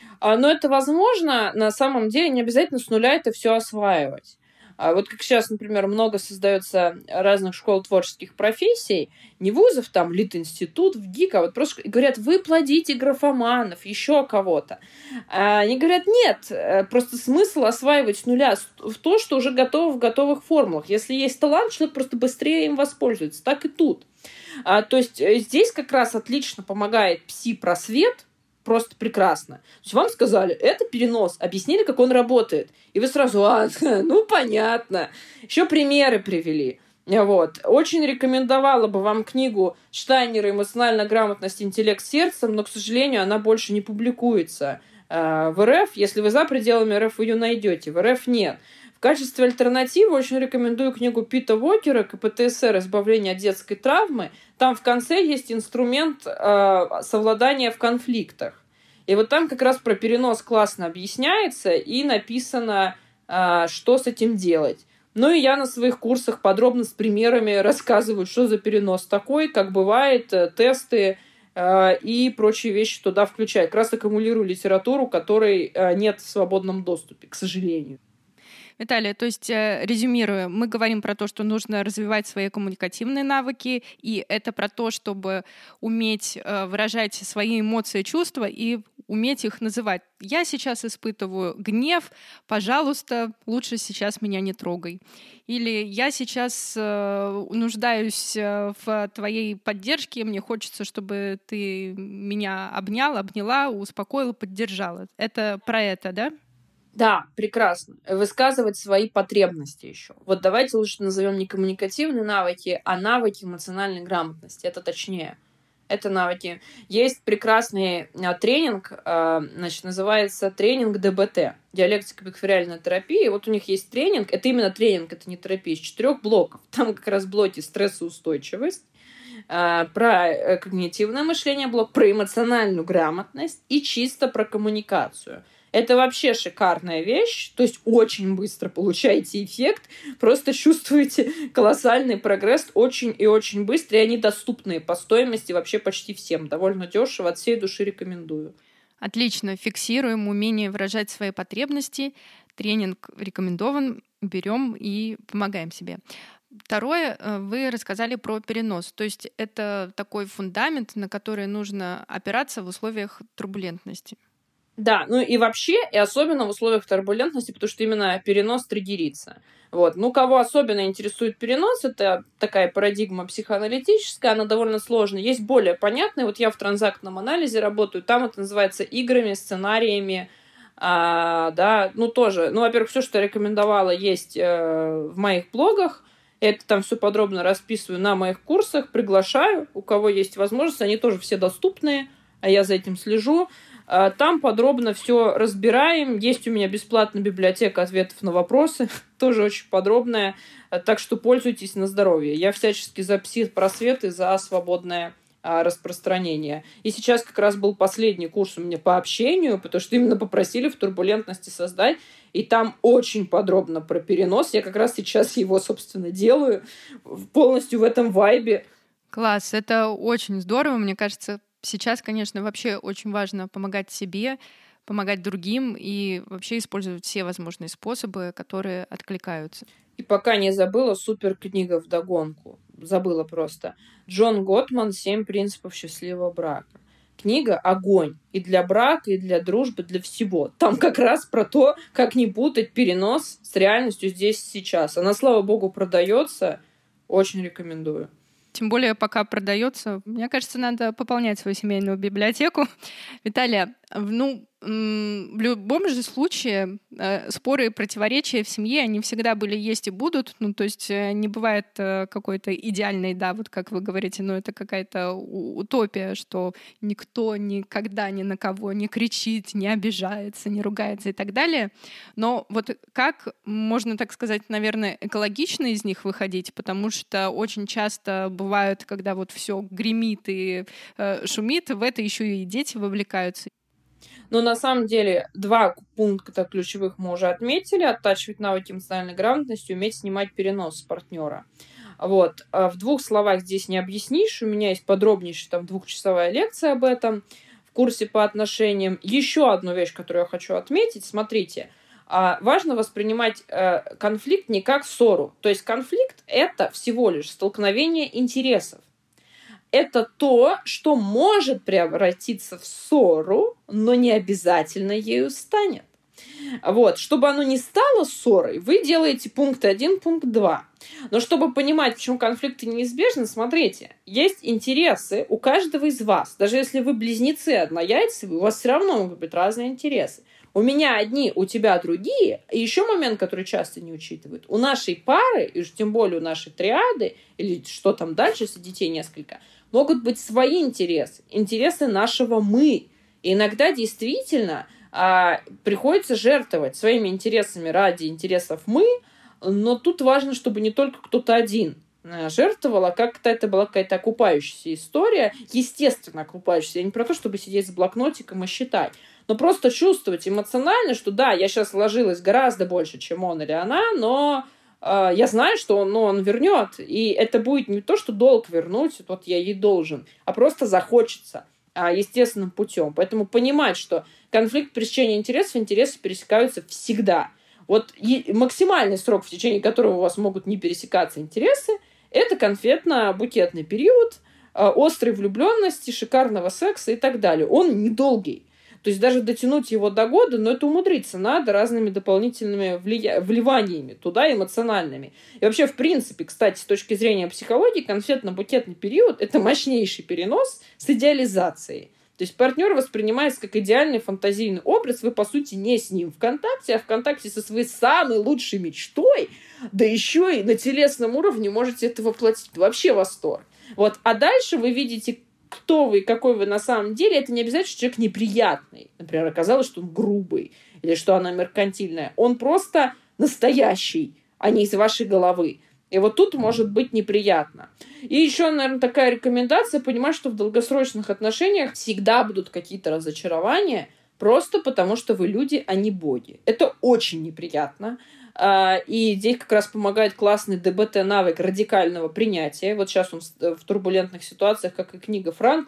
Но это возможно, на самом деле не обязательно с нуля это все осваивать. А вот как сейчас, например, много создается разных школ творческих профессий, не вузов, там, Литинститут, в ГИК, а вот просто говорят, вы плодите графоманов, еще кого-то. А они говорят, нет, просто смысл осваивать с нуля в то, что уже готово в готовых формулах. Если есть талант, человек просто быстрее им воспользуется. Так и тут. А, то есть здесь как раз отлично помогает пси-просвет, просто прекрасно. То есть вам сказали, это перенос, объяснили, как он работает. И вы сразу, а, ну понятно. Еще примеры привели. Вот. Очень рекомендовала бы вам книгу Штайнера «Эмоциональная грамотность. Интеллект сердцем», но, к сожалению, она больше не публикуется э, в РФ. Если вы за пределами РФ, вы ее найдете. В РФ нет. В качестве альтернативы очень рекомендую книгу Пита Уокера «КПТСР. Избавление от детской травмы». Там в конце есть инструмент э, совладания в конфликтах. И вот там как раз про перенос классно объясняется и написано, э, что с этим делать. Ну и я на своих курсах подробно с примерами рассказываю, что за перенос такой, как бывает, э, тесты э, и прочие вещи туда включаю. Как раз аккумулирую литературу, которой э, нет в свободном доступе, к сожалению. Виталия, то есть, резюмируя, мы говорим про то, что нужно развивать свои коммуникативные навыки, и это про то, чтобы уметь выражать свои эмоции, чувства и уметь их называть. Я сейчас испытываю гнев, пожалуйста, лучше сейчас меня не трогай. Или я сейчас нуждаюсь в твоей поддержке, мне хочется, чтобы ты меня обнял, обняла, успокоила, поддержала. Это про это, да? Да, прекрасно. Высказывать свои потребности еще. Вот давайте лучше назовем не коммуникативные навыки, а навыки эмоциональной грамотности. Это точнее. Это навыки. Есть прекрасный тренинг, значит, называется тренинг ДБТ. Диалектико-бихевиоральная терапия. И вот у них есть тренинг. Это именно тренинг, это не терапия. Из четырех блоков. Там как раз блоки стрессоустойчивость, про когнитивное мышление блок, про эмоциональную грамотность и чисто про коммуникацию. Это вообще шикарная вещь, то есть очень быстро получаете эффект, просто чувствуете колоссальный прогресс очень и очень быстро, и они доступны по стоимости вообще почти всем, довольно дешево, от всей души рекомендую. Отлично, фиксируем умение выражать свои потребности. Тренинг рекомендован, берем и помогаем себе. Второе, э, вы рассказали про перенос. То есть это такой фундамент, на который нужно опираться в условиях турбулентности. Да, ну и вообще, и особенно в условиях турбулентности, потому что именно перенос триггерится. Вот. Ну, кого особенно интересует перенос, это такая парадигма психоаналитическая, она довольно сложная. Есть более понятные, вот я в транзактном анализе работаю, там это называется играми, сценариями, а, да, ну тоже, ну, во-первых, все, что я рекомендовала, есть э, в моих блогах, это там все подробно расписываю на моих курсах, приглашаю, у кого есть возможность, они тоже все доступные, а я за этим слежу. Там подробно все разбираем. Есть у меня бесплатная библиотека ответов на вопросы, тоже очень подробная. Так что пользуйтесь на здоровье. Я всячески за психпросвет и за свободное а, распространение. И сейчас как раз был последний курс у меня по общению, потому что именно попросили в турбулентности создать. И там очень подробно про перенос. Я как раз сейчас его, собственно, делаю полностью в этом вайбе. Класс, это очень здорово, мне кажется. Сейчас, конечно, вообще очень важно помогать себе, помогать другим и вообще использовать все возможные способы, которые откликаются. И пока не забыла, супер книга вдогонку. Забыла просто. Джон Готман «Семь принципов счастливого брака». Книга огонь. И для брака, и для дружбы, для всего. Там как раз про то, как не путать перенос с реальностью здесь и сейчас. Она, слава богу, продается. Очень рекомендую. Тем более, пока продается, мне кажется, надо пополнять свою семейную библиотеку. Виталия, ну, в любом же случае споры и противоречия в семье, они всегда были, есть и будут. Ну, то есть не бывает какой-то идеальной, да, вот как вы говорите, но это какая-то утопия, что никто никогда ни на кого не кричит, не обижается, не ругается и так далее. Но вот как можно, так сказать, наверное, экологично из них выходить, потому что очень часто бывает, когда вот все гремит и э, шумит, в это еще и дети вовлекаются. Но на самом деле два пункта ключевых мы уже отметили. Оттачивать навыки эмоциональной грамотности, уметь снимать перенос с партнера. Вот. В двух словах здесь не объяснишь. У меня есть подробнейшая там двухчасовая лекция об этом в курсе по отношениям. Еще одну вещь, которую я хочу отметить. Смотрите, важно воспринимать конфликт не как ссору. То есть конфликт — это всего лишь столкновение интересов. Это то, что может превратиться в ссору, но не обязательно ею станет. Вот. Чтобы оно не стало ссорой, вы делаете пункт один, пункт два. Но чтобы понимать, почему конфликты неизбежны, смотрите, есть интересы у каждого из вас. Даже если вы близнецы однояйцевые, у вас все равно могут быть разные интересы. У меня одни, у тебя другие. И еще момент, который часто не учитывают. У нашей пары, и уж тем более у нашей триады, или что там дальше, если детей несколько, могут быть свои интересы, интересы нашего «мы». И иногда действительно а, приходится жертвовать своими интересами ради интересов «мы», но тут важно, чтобы не только кто-то один жертвовал, а как-то это была какая-то окупающаяся история, естественно окупающаяся. Я не про то, чтобы сидеть с блокнотиком и считать, но просто чувствовать эмоционально, что да, я сейчас вложилась гораздо больше, чем он или она, но я знаю, что он, ну, он вернет, и это будет не то, что долг вернуть, вот я ей должен, а просто захочется естественным путем. Поэтому понимать, что конфликт пересечения интересов, интересы пересекаются всегда. Вот максимальный срок, в течение которого у вас могут не пересекаться интересы, это конфетно-букетный период острой влюбленности, шикарного секса и так далее. Он недолгий. То есть даже дотянуть его до года, но это умудриться надо разными дополнительными влия... вливаниями туда, эмоциональными. И вообще, в принципе, кстати, с точки зрения психологии, конфетно-букетный период — это мощнейший перенос с идеализацией. То есть партнер воспринимается как идеальный фантазийный образ, вы, по сути, не с ним в контакте, а в контакте со своей самой лучшей мечтой, да еще и на телесном уровне можете это воплотить. Вообще восторг. Вот. А дальше вы видите, кто вы и какой вы на самом деле. Это не обязательно, что человек неприятный. Например, оказалось, что он грубый или что она меркантильная. Он просто настоящий, а не из вашей головы. И вот тут может быть неприятно. И еще, наверное, такая рекомендация: понимать, что в долгосрочных отношениях всегда будут какие-то разочарования, просто потому что вы люди, а не боги. Это очень неприятно. И здесь как раз помогает классный ДБТ-навык радикального принятия. Вот сейчас он в турбулентных ситуациях, как и книга Франкла,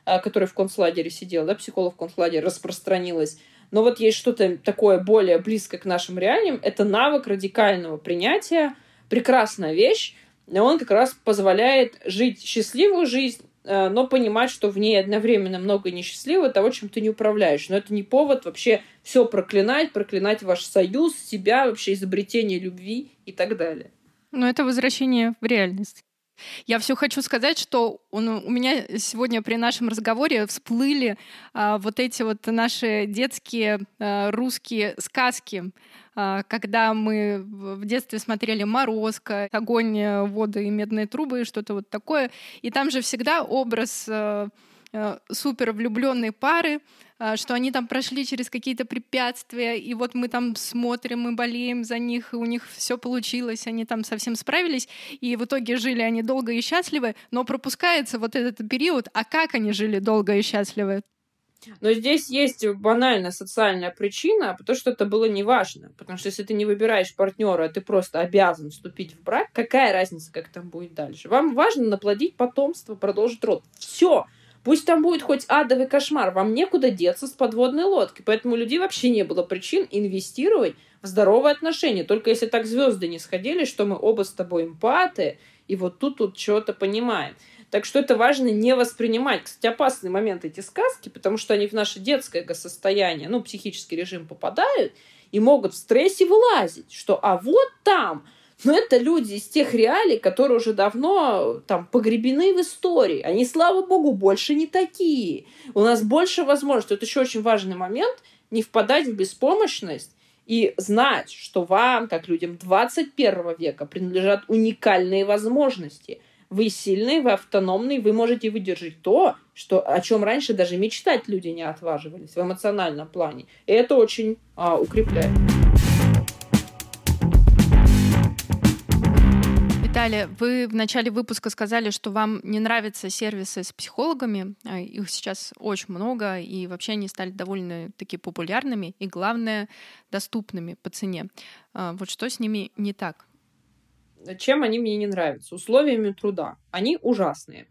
который в концлагере сидел, да, психолог в концлагере, распространилось. Но вот есть что-то такое более близкое к нашим реалиям. Это навык радикального принятия. Прекрасная вещь. И он как раз позволяет жить счастливую жизнь, но понимать, что в ней одновременно много несчастливого, того, чем ты не управляешь. Но это не повод вообще все проклинать, проклинать ваш союз, себя, вообще изобретение любви и так далее. Но это возвращение в реальность. Я все хочу сказать, что он, у меня сегодня при нашем разговоре всплыли а, вот эти вот наши детские а, русские сказки, а, когда мы в детстве смотрели «Морозко», «Огонь, воды и медные трубы», что-то вот такое. И там же всегда образ а, а, супер влюбленной пары, что они там прошли через какие-то препятствия, и вот мы там смотрим, мы болеем за них, и у них все получилось, они там совсем справились, и в итоге жили они долго и счастливы, но пропускается вот этот период, а как они жили долго и счастливы? Но здесь есть банальная социальная причина, потому что это было неважно. Потому что если ты не выбираешь партнера, а ты просто обязан вступить в брак, какая разница, как там будет дальше? Вам важно наплодить потомство, продолжить род. Все. Пусть там будет хоть адовый кошмар, вам некуда деться с подводной лодки. Поэтому у людей вообще не было причин инвестировать в здоровые отношения. Только если так звезды не сходили, что мы оба с тобой эмпаты, и вот тут тут чего-то понимаем. Так что это важно не воспринимать. Кстати, опасный момент эти сказки, потому что они в наше детское состояние, ну, психический режим попадают и могут в стрессе вылазить, что а вот там... Но это люди из тех реалий, которые уже давно там погребены в истории. Они, слава богу, больше не такие. У нас больше возможностей. Это еще очень важный момент. Не впадать в беспомощность и знать, что вам, как людям двадцать первого века, принадлежат уникальные возможности. Вы сильные, вы автономные, вы можете выдержать то, что, о чем раньше даже мечтать люди не отваживались в эмоциональном плане. И это очень а, укрепляет. Виталий, вы в начале выпуска сказали, что вам не нравятся сервисы с психологами. Их сейчас очень много, и вообще они стали довольно-таки популярными и, главное, доступными по цене. Вот что с ними не так? Чем они мне не нравятся? Условиями труда. Они ужасные.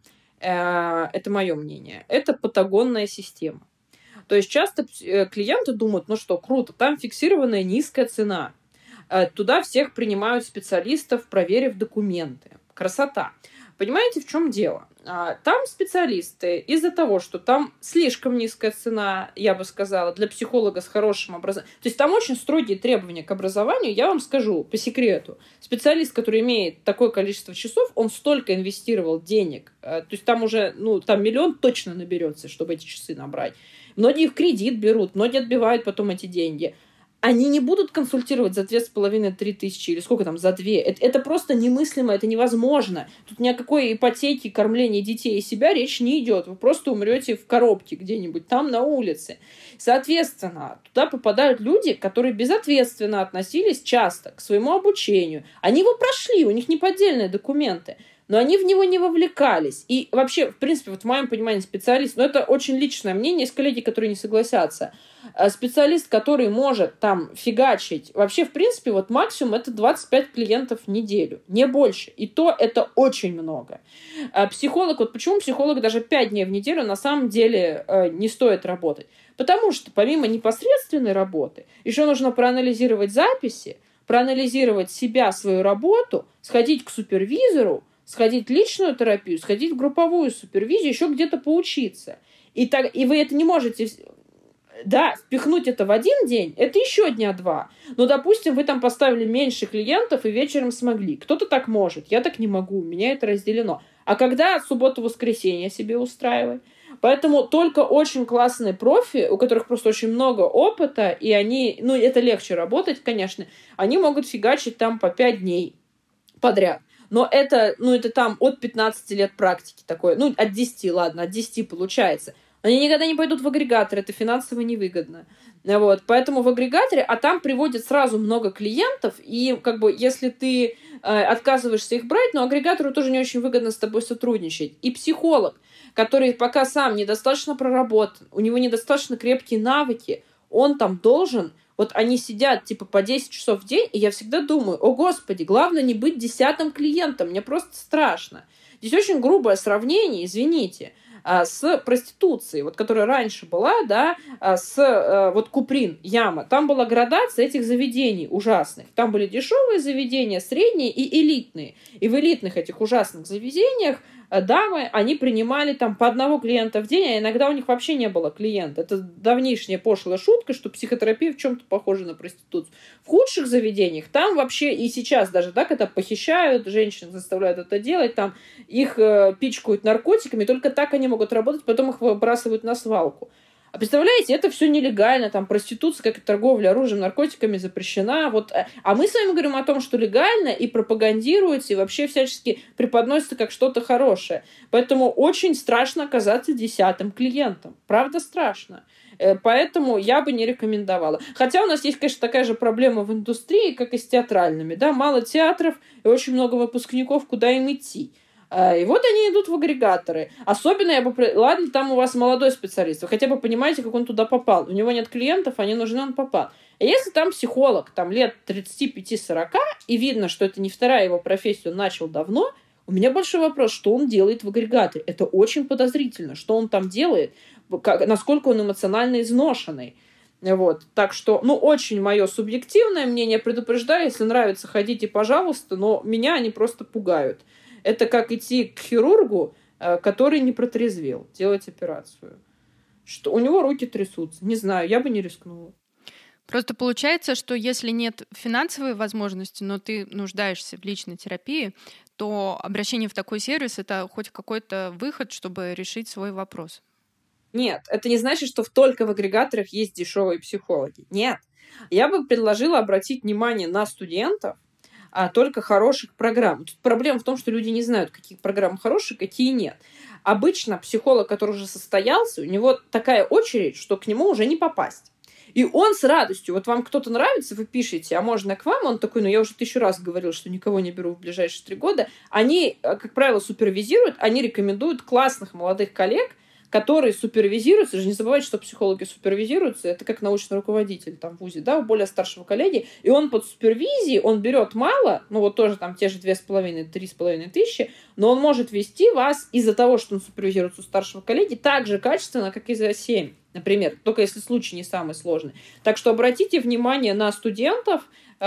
Это мое мнение. Это патагонная система. То есть часто клиенты думают, ну что, круто, там фиксированная низкая цена. Туда всех принимают специалистов, проверив документы. Красота. Понимаете, в чем дело? Там специалисты из-за того, что там слишком низкая цена, я бы сказала, для психолога с хорошим образованием. То есть там очень строгие требования к образованию. Я вам скажу по секрету. Специалист, который имеет такое количество часов, он столько инвестировал денег. То есть там уже, ну, там миллион точно наберется, чтобы эти часы набрать. Многие в кредит берут, многие отбивают потом эти деньги. Они не будут консультировать за две с половиной три тысячи или сколько там, за две. Это, это просто немыслимо, это невозможно. Тут ни о какой ипотеке, кормлении детей и себя речь не идет. Вы просто умрете в коробке где-нибудь там на улице. Соответственно, туда попадают люди, которые безответственно относились часто к своему обучению. Они его прошли, у них не поддельные документы. Но они в него не вовлекались. И вообще, в принципе, вот в моем понимании специалист, но это очень личное мнение, есть коллеги, которые не согласятся. Специалист, который может там фигачить, вообще, в принципе, вот максимум это двадцать пять клиентов в неделю, не больше. И то это очень много. Психолог, вот почему психолог даже пять дней в неделю на самом деле не стоит работать? Потому что помимо непосредственной работы, еще нужно проанализировать записи, проанализировать себя, свою работу, сходить к супервизору, сходить в личную терапию, сходить в групповую супервизию, еще где-то поучиться. И, так, и вы это не можете... Да, впихнуть это в один день, это еще дня два. Но, допустим, вы там поставили меньше клиентов и вечером смогли. Кто-то так может, я так не могу, у меня это разделено. А когда субботу-воскресенье себе устраивать? Поэтому только очень классные профи, у которых просто очень много опыта, и они, ну, это легче работать, конечно, они могут фигачить там по пять дней подряд. Но это, ну, это там от пятнадцати лет практики такое. Ну, от десяти, ладно, от десяти получается. Они никогда не пойдут в агрегатор, это финансово невыгодно. Вот, поэтому в агрегаторе, а там приводят сразу много клиентов, и как бы если ты э, отказываешься их брать, но агрегатору тоже не очень выгодно с тобой сотрудничать. И психолог, который пока сам недостаточно проработан, у него недостаточно крепкие навыки, он там должен... Вот они сидят типа по десять часов в день, и я всегда думаю, о господи, главное не быть десятым клиентом, мне просто страшно. Здесь очень грубое сравнение, извините. а, с проституцией, вот, которая раньше была, да, а, с а, вот Куприн, Яма. Там была градация этих заведений ужасных. Там были дешевые заведения, средние и элитные. И в элитных этих ужасных заведениях дамы, они принимали там по одного клиента в день, а иногда у них вообще не было клиента. Это давнишняя пошлая шутка, что психотерапия в чем-то похожа на проституцию. В худших заведениях там вообще и сейчас даже, да, когда похищают женщин, заставляют это делать, там их э, пичкают наркотиками, только так они могут работать, потом их выбрасывают на свалку. А представляете, это все нелегально, там проституция, как и торговля оружием, наркотиками запрещена. Вот. А мы с вами говорим о том, что легально и пропагандируется, и вообще всячески преподносится как что-то хорошее. Поэтому очень страшно оказаться десятым клиентом. Правда, страшно. Поэтому я бы не рекомендовала. Хотя у нас есть, конечно, такая же проблема в индустрии, как и с театральными. Да? Мало театров и очень много выпускников, куда им идти. И вот они идут в агрегаторы. Особенно я бы... Ладно, там у вас молодой специалист. Вы хотя бы понимаете, как он туда попал. У него нет клиентов, они нужны, он попал. А если там психолог, там лет тридцать пять сорок, и видно, что это не вторая его профессия, он начал давно, у меня большой вопрос, что он делает в агрегаторе. Это очень подозрительно, что он там делает, как, насколько он эмоционально изношенный. Вот. Так что, ну, очень мое субъективное мнение, предупреждаю, если нравится, ходите, пожалуйста, но меня они просто пугают. Это как идти к хирургу, который не протрезвел, делать операцию. Что у него руки трясутся. Не знаю, я бы не рискнула. Просто получается, что если нет финансовой возможности, но ты нуждаешься в личной терапии, то обращение в такой сервис — это хоть какой-то выход, чтобы решить свой вопрос. Нет, это не значит, что только в агрегаторах есть дешевые психологи. Нет. Я бы предложила обратить внимание на студентов, а только хороших программ. Тут проблема в том, что люди не знают, какие программы хорошие, какие нет. Обычно психолог, который уже состоялся, у него такая очередь, что к нему уже не попасть. И он с радостью, вот вам кто-то нравится, вы пишете, а можно к вам? Он такой, ну я уже тысячу раз говорил, что никого не беру в ближайшие три года. Они, как правило, супервизируют, они рекомендуют классных молодых коллег, которые супервизируются. Же не забывайте, что психологи супервизируются. Это как научный руководитель там, в вузе, да, у более старшего коллеги. И он под супервизией, он берет мало, ну вот тоже там те же две с половиной, три с половиной тысячи, но он может вести вас из-за того, что он супервизируется у старшего коллеги, так же качественно, как и за семь, например. Только если случай не самый сложный. Так что обратите внимание на студентов,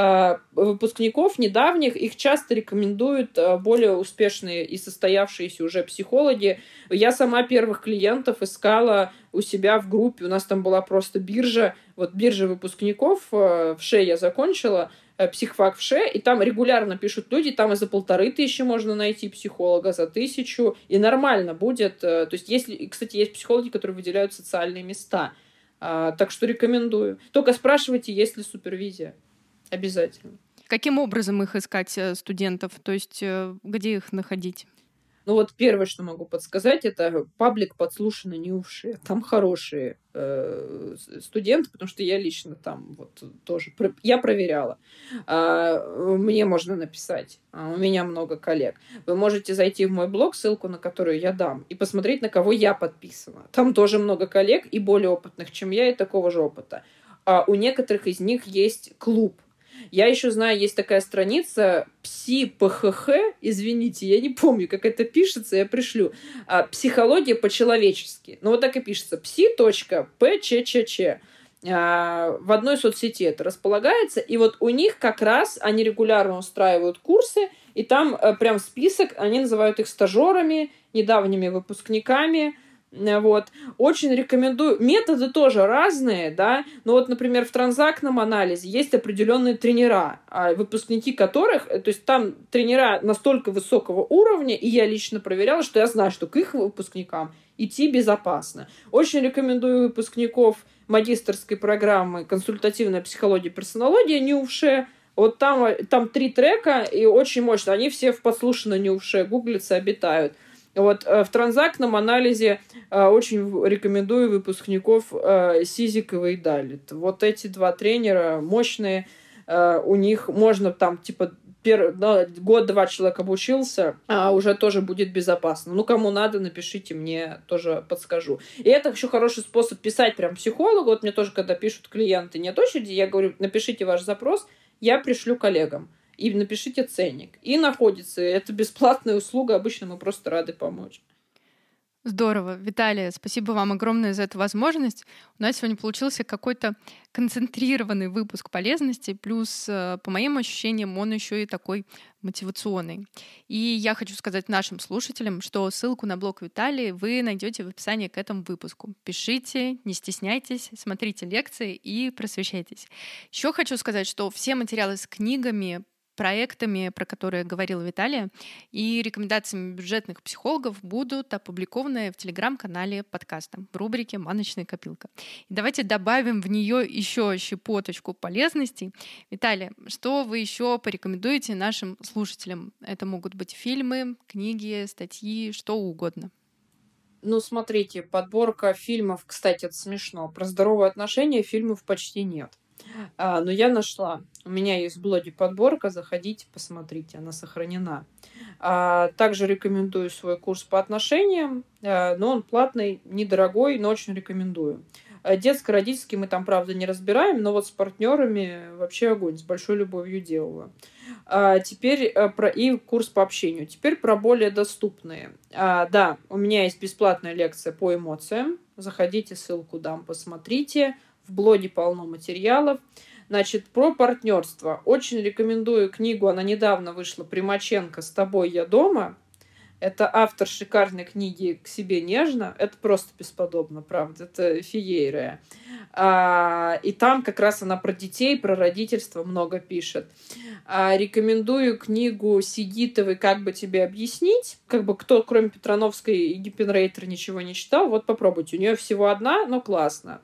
выпускников недавних, их часто рекомендуют более успешные и состоявшиеся уже психологи. Я сама первых клиентов искала у себя в группе. У нас там была просто биржа, вот биржа выпускников. В ШЭ я закончила, психфак в ШЭ, и там регулярно пишут люди, там и за полторы тысячи можно найти психолога, за тысячу, и нормально будет. То есть, если, кстати, есть психологи, которые выделяют социальные места. Так что рекомендую. Только спрашивайте, есть ли супервизия. Обязательно. Каким образом их искать, студентов? То есть где их находить? Ну вот первое, что могу подсказать, это паблик «Подслушано, не увши». Там хорошие э, студенты, потому что я лично там вот тоже... Я проверяла. А, мне можно написать. А у меня много коллег. Вы можете зайти в мой блог, ссылку на которую я дам, и посмотреть, на кого я подписана. Там тоже много коллег и более опытных, чем я, и такого же опыта. А у некоторых из них есть клуб. Я еще знаю, есть такая страница пси-пхх, извините, я не помню, как это пишется, я пришлю. А, психология по-человечески. Ну, вот так и пишется. пси.пччч. А, в одной соцсети это располагается. И вот у них как раз они регулярно устраивают курсы, и там а, прям список, они называют их стажерами, недавними выпускниками. Вот. Очень рекомендую. Методы тоже разные, да. Но вот, например, в транзактном анализе есть определенные тренера, выпускники которых, то есть там тренера настолько высокого уровня, и я лично проверяла, что я знаю, что к их выпускникам идти безопасно. Очень рекомендую выпускников магистерской программы «Консультативная психология и персонология» НЮВШ. Вот там, там три трека, и очень мощно. Они все в «Подслушано НЮВШ» гуглятся, обитают. Вот, в транзактном анализе э, очень рекомендую выпускников э, Сизикова и Далит. Вот эти два тренера мощные. Э, у них можно там, типа, пер... да, год-два человек обучился, а уже тоже будет безопасно. Ну, кому надо, напишите, мне тоже подскажу. И это еще хороший способ писать прям психологу. Вот мне тоже, когда пишут клиенты, нет очереди, я говорю, напишите ваш запрос, я пришлю коллегам. И напишите ценник. И находится. Это бесплатная услуга. Обычно мы просто рады помочь. Здорово. Виталия, спасибо вам огромное за эту возможность. У нас сегодня получился какой-то концентрированный выпуск полезности, плюс, э, по моим ощущениям, он еще и такой мотивационный. И я хочу сказать нашим слушателям, что ссылку на блог Виталии вы найдете в описании к этому выпуску. Пишите, не стесняйтесь, смотрите лекции и просвещайтесь. Еще хочу сказать, что все материалы с книгами, проектами, про которые говорила Виталия, и рекомендациями бюджетных психологов будут опубликованы в телеграм-канале подкаста в рубрике «Маночная копилка». И давайте добавим в нее еще щепоточку полезностей. Виталия, что вы еще порекомендуете нашим слушателям? Это могут быть фильмы, книги, статьи, что угодно. Ну, смотрите, подборка фильмов, кстати, это смешно. Про здоровые отношения фильмов почти нет. А, но я нашла. У меня есть в блоге подборка, заходите, посмотрите, она сохранена. А, также рекомендую свой курс по отношениям, а, но он платный, недорогой, но очень рекомендую. А, детско-родительский мы там, правда, не разбираем, но вот с партнерами вообще огонь, с большой любовью делаю. А, теперь а, про и курс по общению. Теперь про более доступные. А, да, у меня есть бесплатная лекция по эмоциям. Заходите, ссылку дам, посмотрите. В блоге полно материалов. Значит, про партнерство. Очень рекомендую книгу, она недавно вышла, Примаченко «С тобой я дома». Это автор шикарной книги «К себе нежно». Это просто бесподобно, правда. Это феерия. А, и там как раз она про детей, про родительство много пишет. А, рекомендую книгу Сигитовой «Как бы тебе объяснить». Как бы кто, кроме Петрановской и Гиппенрейтера, ничего не читал, вот попробуйте. У нее всего одна, но классно.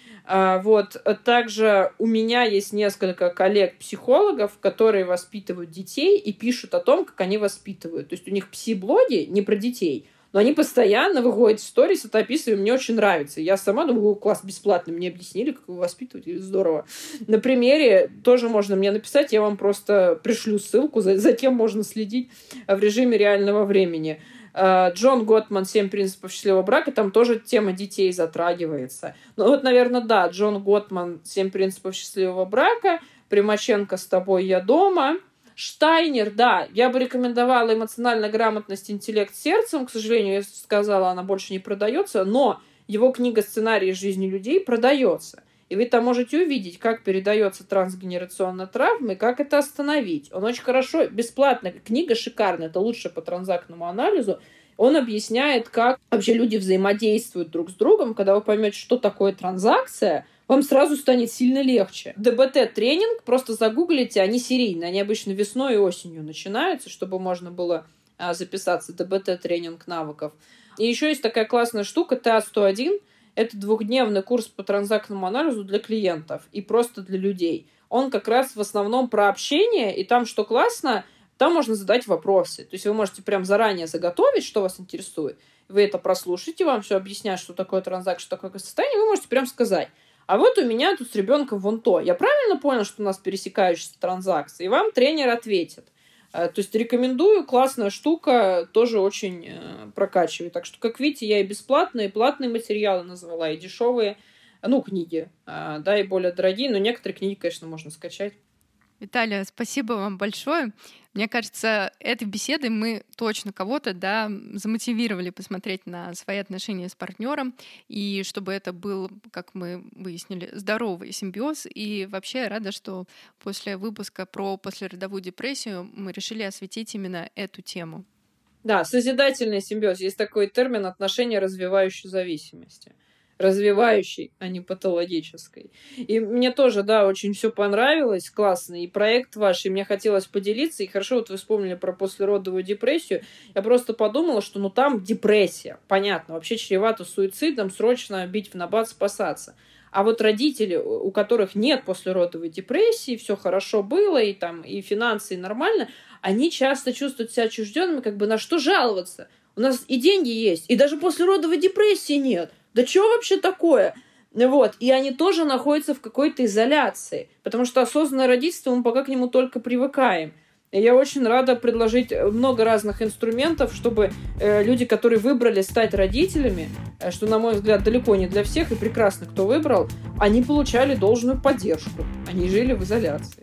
А, вот. Также у меня есть несколько коллег-психологов, которые воспитывают детей и пишут о том, как они воспитывают. То есть у них пси-блоги не про детей, но они постоянно выходят в сторис, это описывают, мне очень нравится. Я сама думаю, класс, бесплатно, мне объяснили, как вы воспитываете, здорово. На примере тоже можно мне написать, я вам просто пришлю ссылку, затем можно следить в режиме реального времени. Джон Готман «Семь принципов счастливого брака», там тоже тема детей затрагивается. Ну вот, наверное, да, Джон Готман «Семь принципов счастливого брака», Примаченко «С тобой я дома», Штайнер, да, я бы рекомендовала «Эмоциональная грамотность, интеллект сердцем», к сожалению, я сказала, она больше не продается, но его книга «Сценарии жизни людей» продается. И вы там можете увидеть, как передается трансгенерационная травма и как это остановить. Он очень хорошо, бесплатно, книга шикарная, это лучше по транзактному анализу. Он объясняет, как вообще люди взаимодействуют друг с другом. Когда вы поймете, что такое транзакция, вам сразу станет сильно легче. ДБТ-тренинг, просто загуглите, они серийные, они обычно весной и осенью начинаются, чтобы можно было записаться. ДБТ-тренинг навыков. И еще есть такая классная штука, Т А сто один. Это двухдневный курс по транзактному анализу для клиентов и просто для людей. Он как раз в основном про общение, и там, что классно, там можно задать вопросы. То есть вы можете прям заранее заготовить, что вас интересует. Вы это прослушаете, вам все объяснят, что такое транзакция, что такое состояние, вы можете прям сказать: а вот у меня тут с ребенком вон то. Я правильно понял, что у нас пересекающиеся транзакции? И вам тренер ответит. То есть рекомендую, классная штука, тоже очень э, прокачивает. Так что, как видите, я и бесплатные, и платные материалы назвала, и дешевые, ну, книги, э, да, и более дорогие, но некоторые книги, конечно, можно скачать. Виталия, спасибо вам большое. Мне кажется, этой беседой мы точно кого-то, да, замотивировали посмотреть на свои отношения с партнером, и чтобы это был, как мы выяснили, здоровый симбиоз. И вообще я рада, что после выпуска про послеродовую депрессию мы решили осветить именно эту тему. Да, созидательный симбиоз. Есть такой термин «отношения развивающей зависимости». Развивающей, а не патологической. И мне тоже, да, очень все понравилось, классно, и проект ваш, и мне хотелось поделиться, и хорошо, вот вы вспомнили про послеродовую депрессию, я просто подумала, что ну там депрессия, понятно, вообще чревато суицидом, срочно бить в набат, спасаться. А вот родители, у которых нет послеродовой депрессии, все хорошо было, и там и финансы, и нормально, они часто чувствуют себя отчужденными, как бы на что жаловаться? У нас и деньги есть, и даже послеродовой депрессии нет. Да что вообще такое? Вот. И они тоже находятся в какой-то изоляции, потому что осознанное родительство, мы пока к нему только привыкаем. И я очень рада предложить много разных инструментов, чтобы э, люди, которые выбрали стать родителями, э, что, на мой взгляд, далеко не для всех, и прекрасно, кто выбрал, они получали должную поддержку. Они жили в изоляции.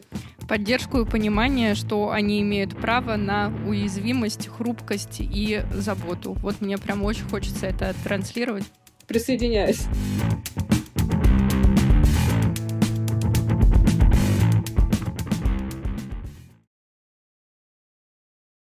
Поддержку и понимание, что они имеют право на уязвимость, хрупкость и заботу. Вот мне прям очень хочется это транслировать. Присоединяюсь.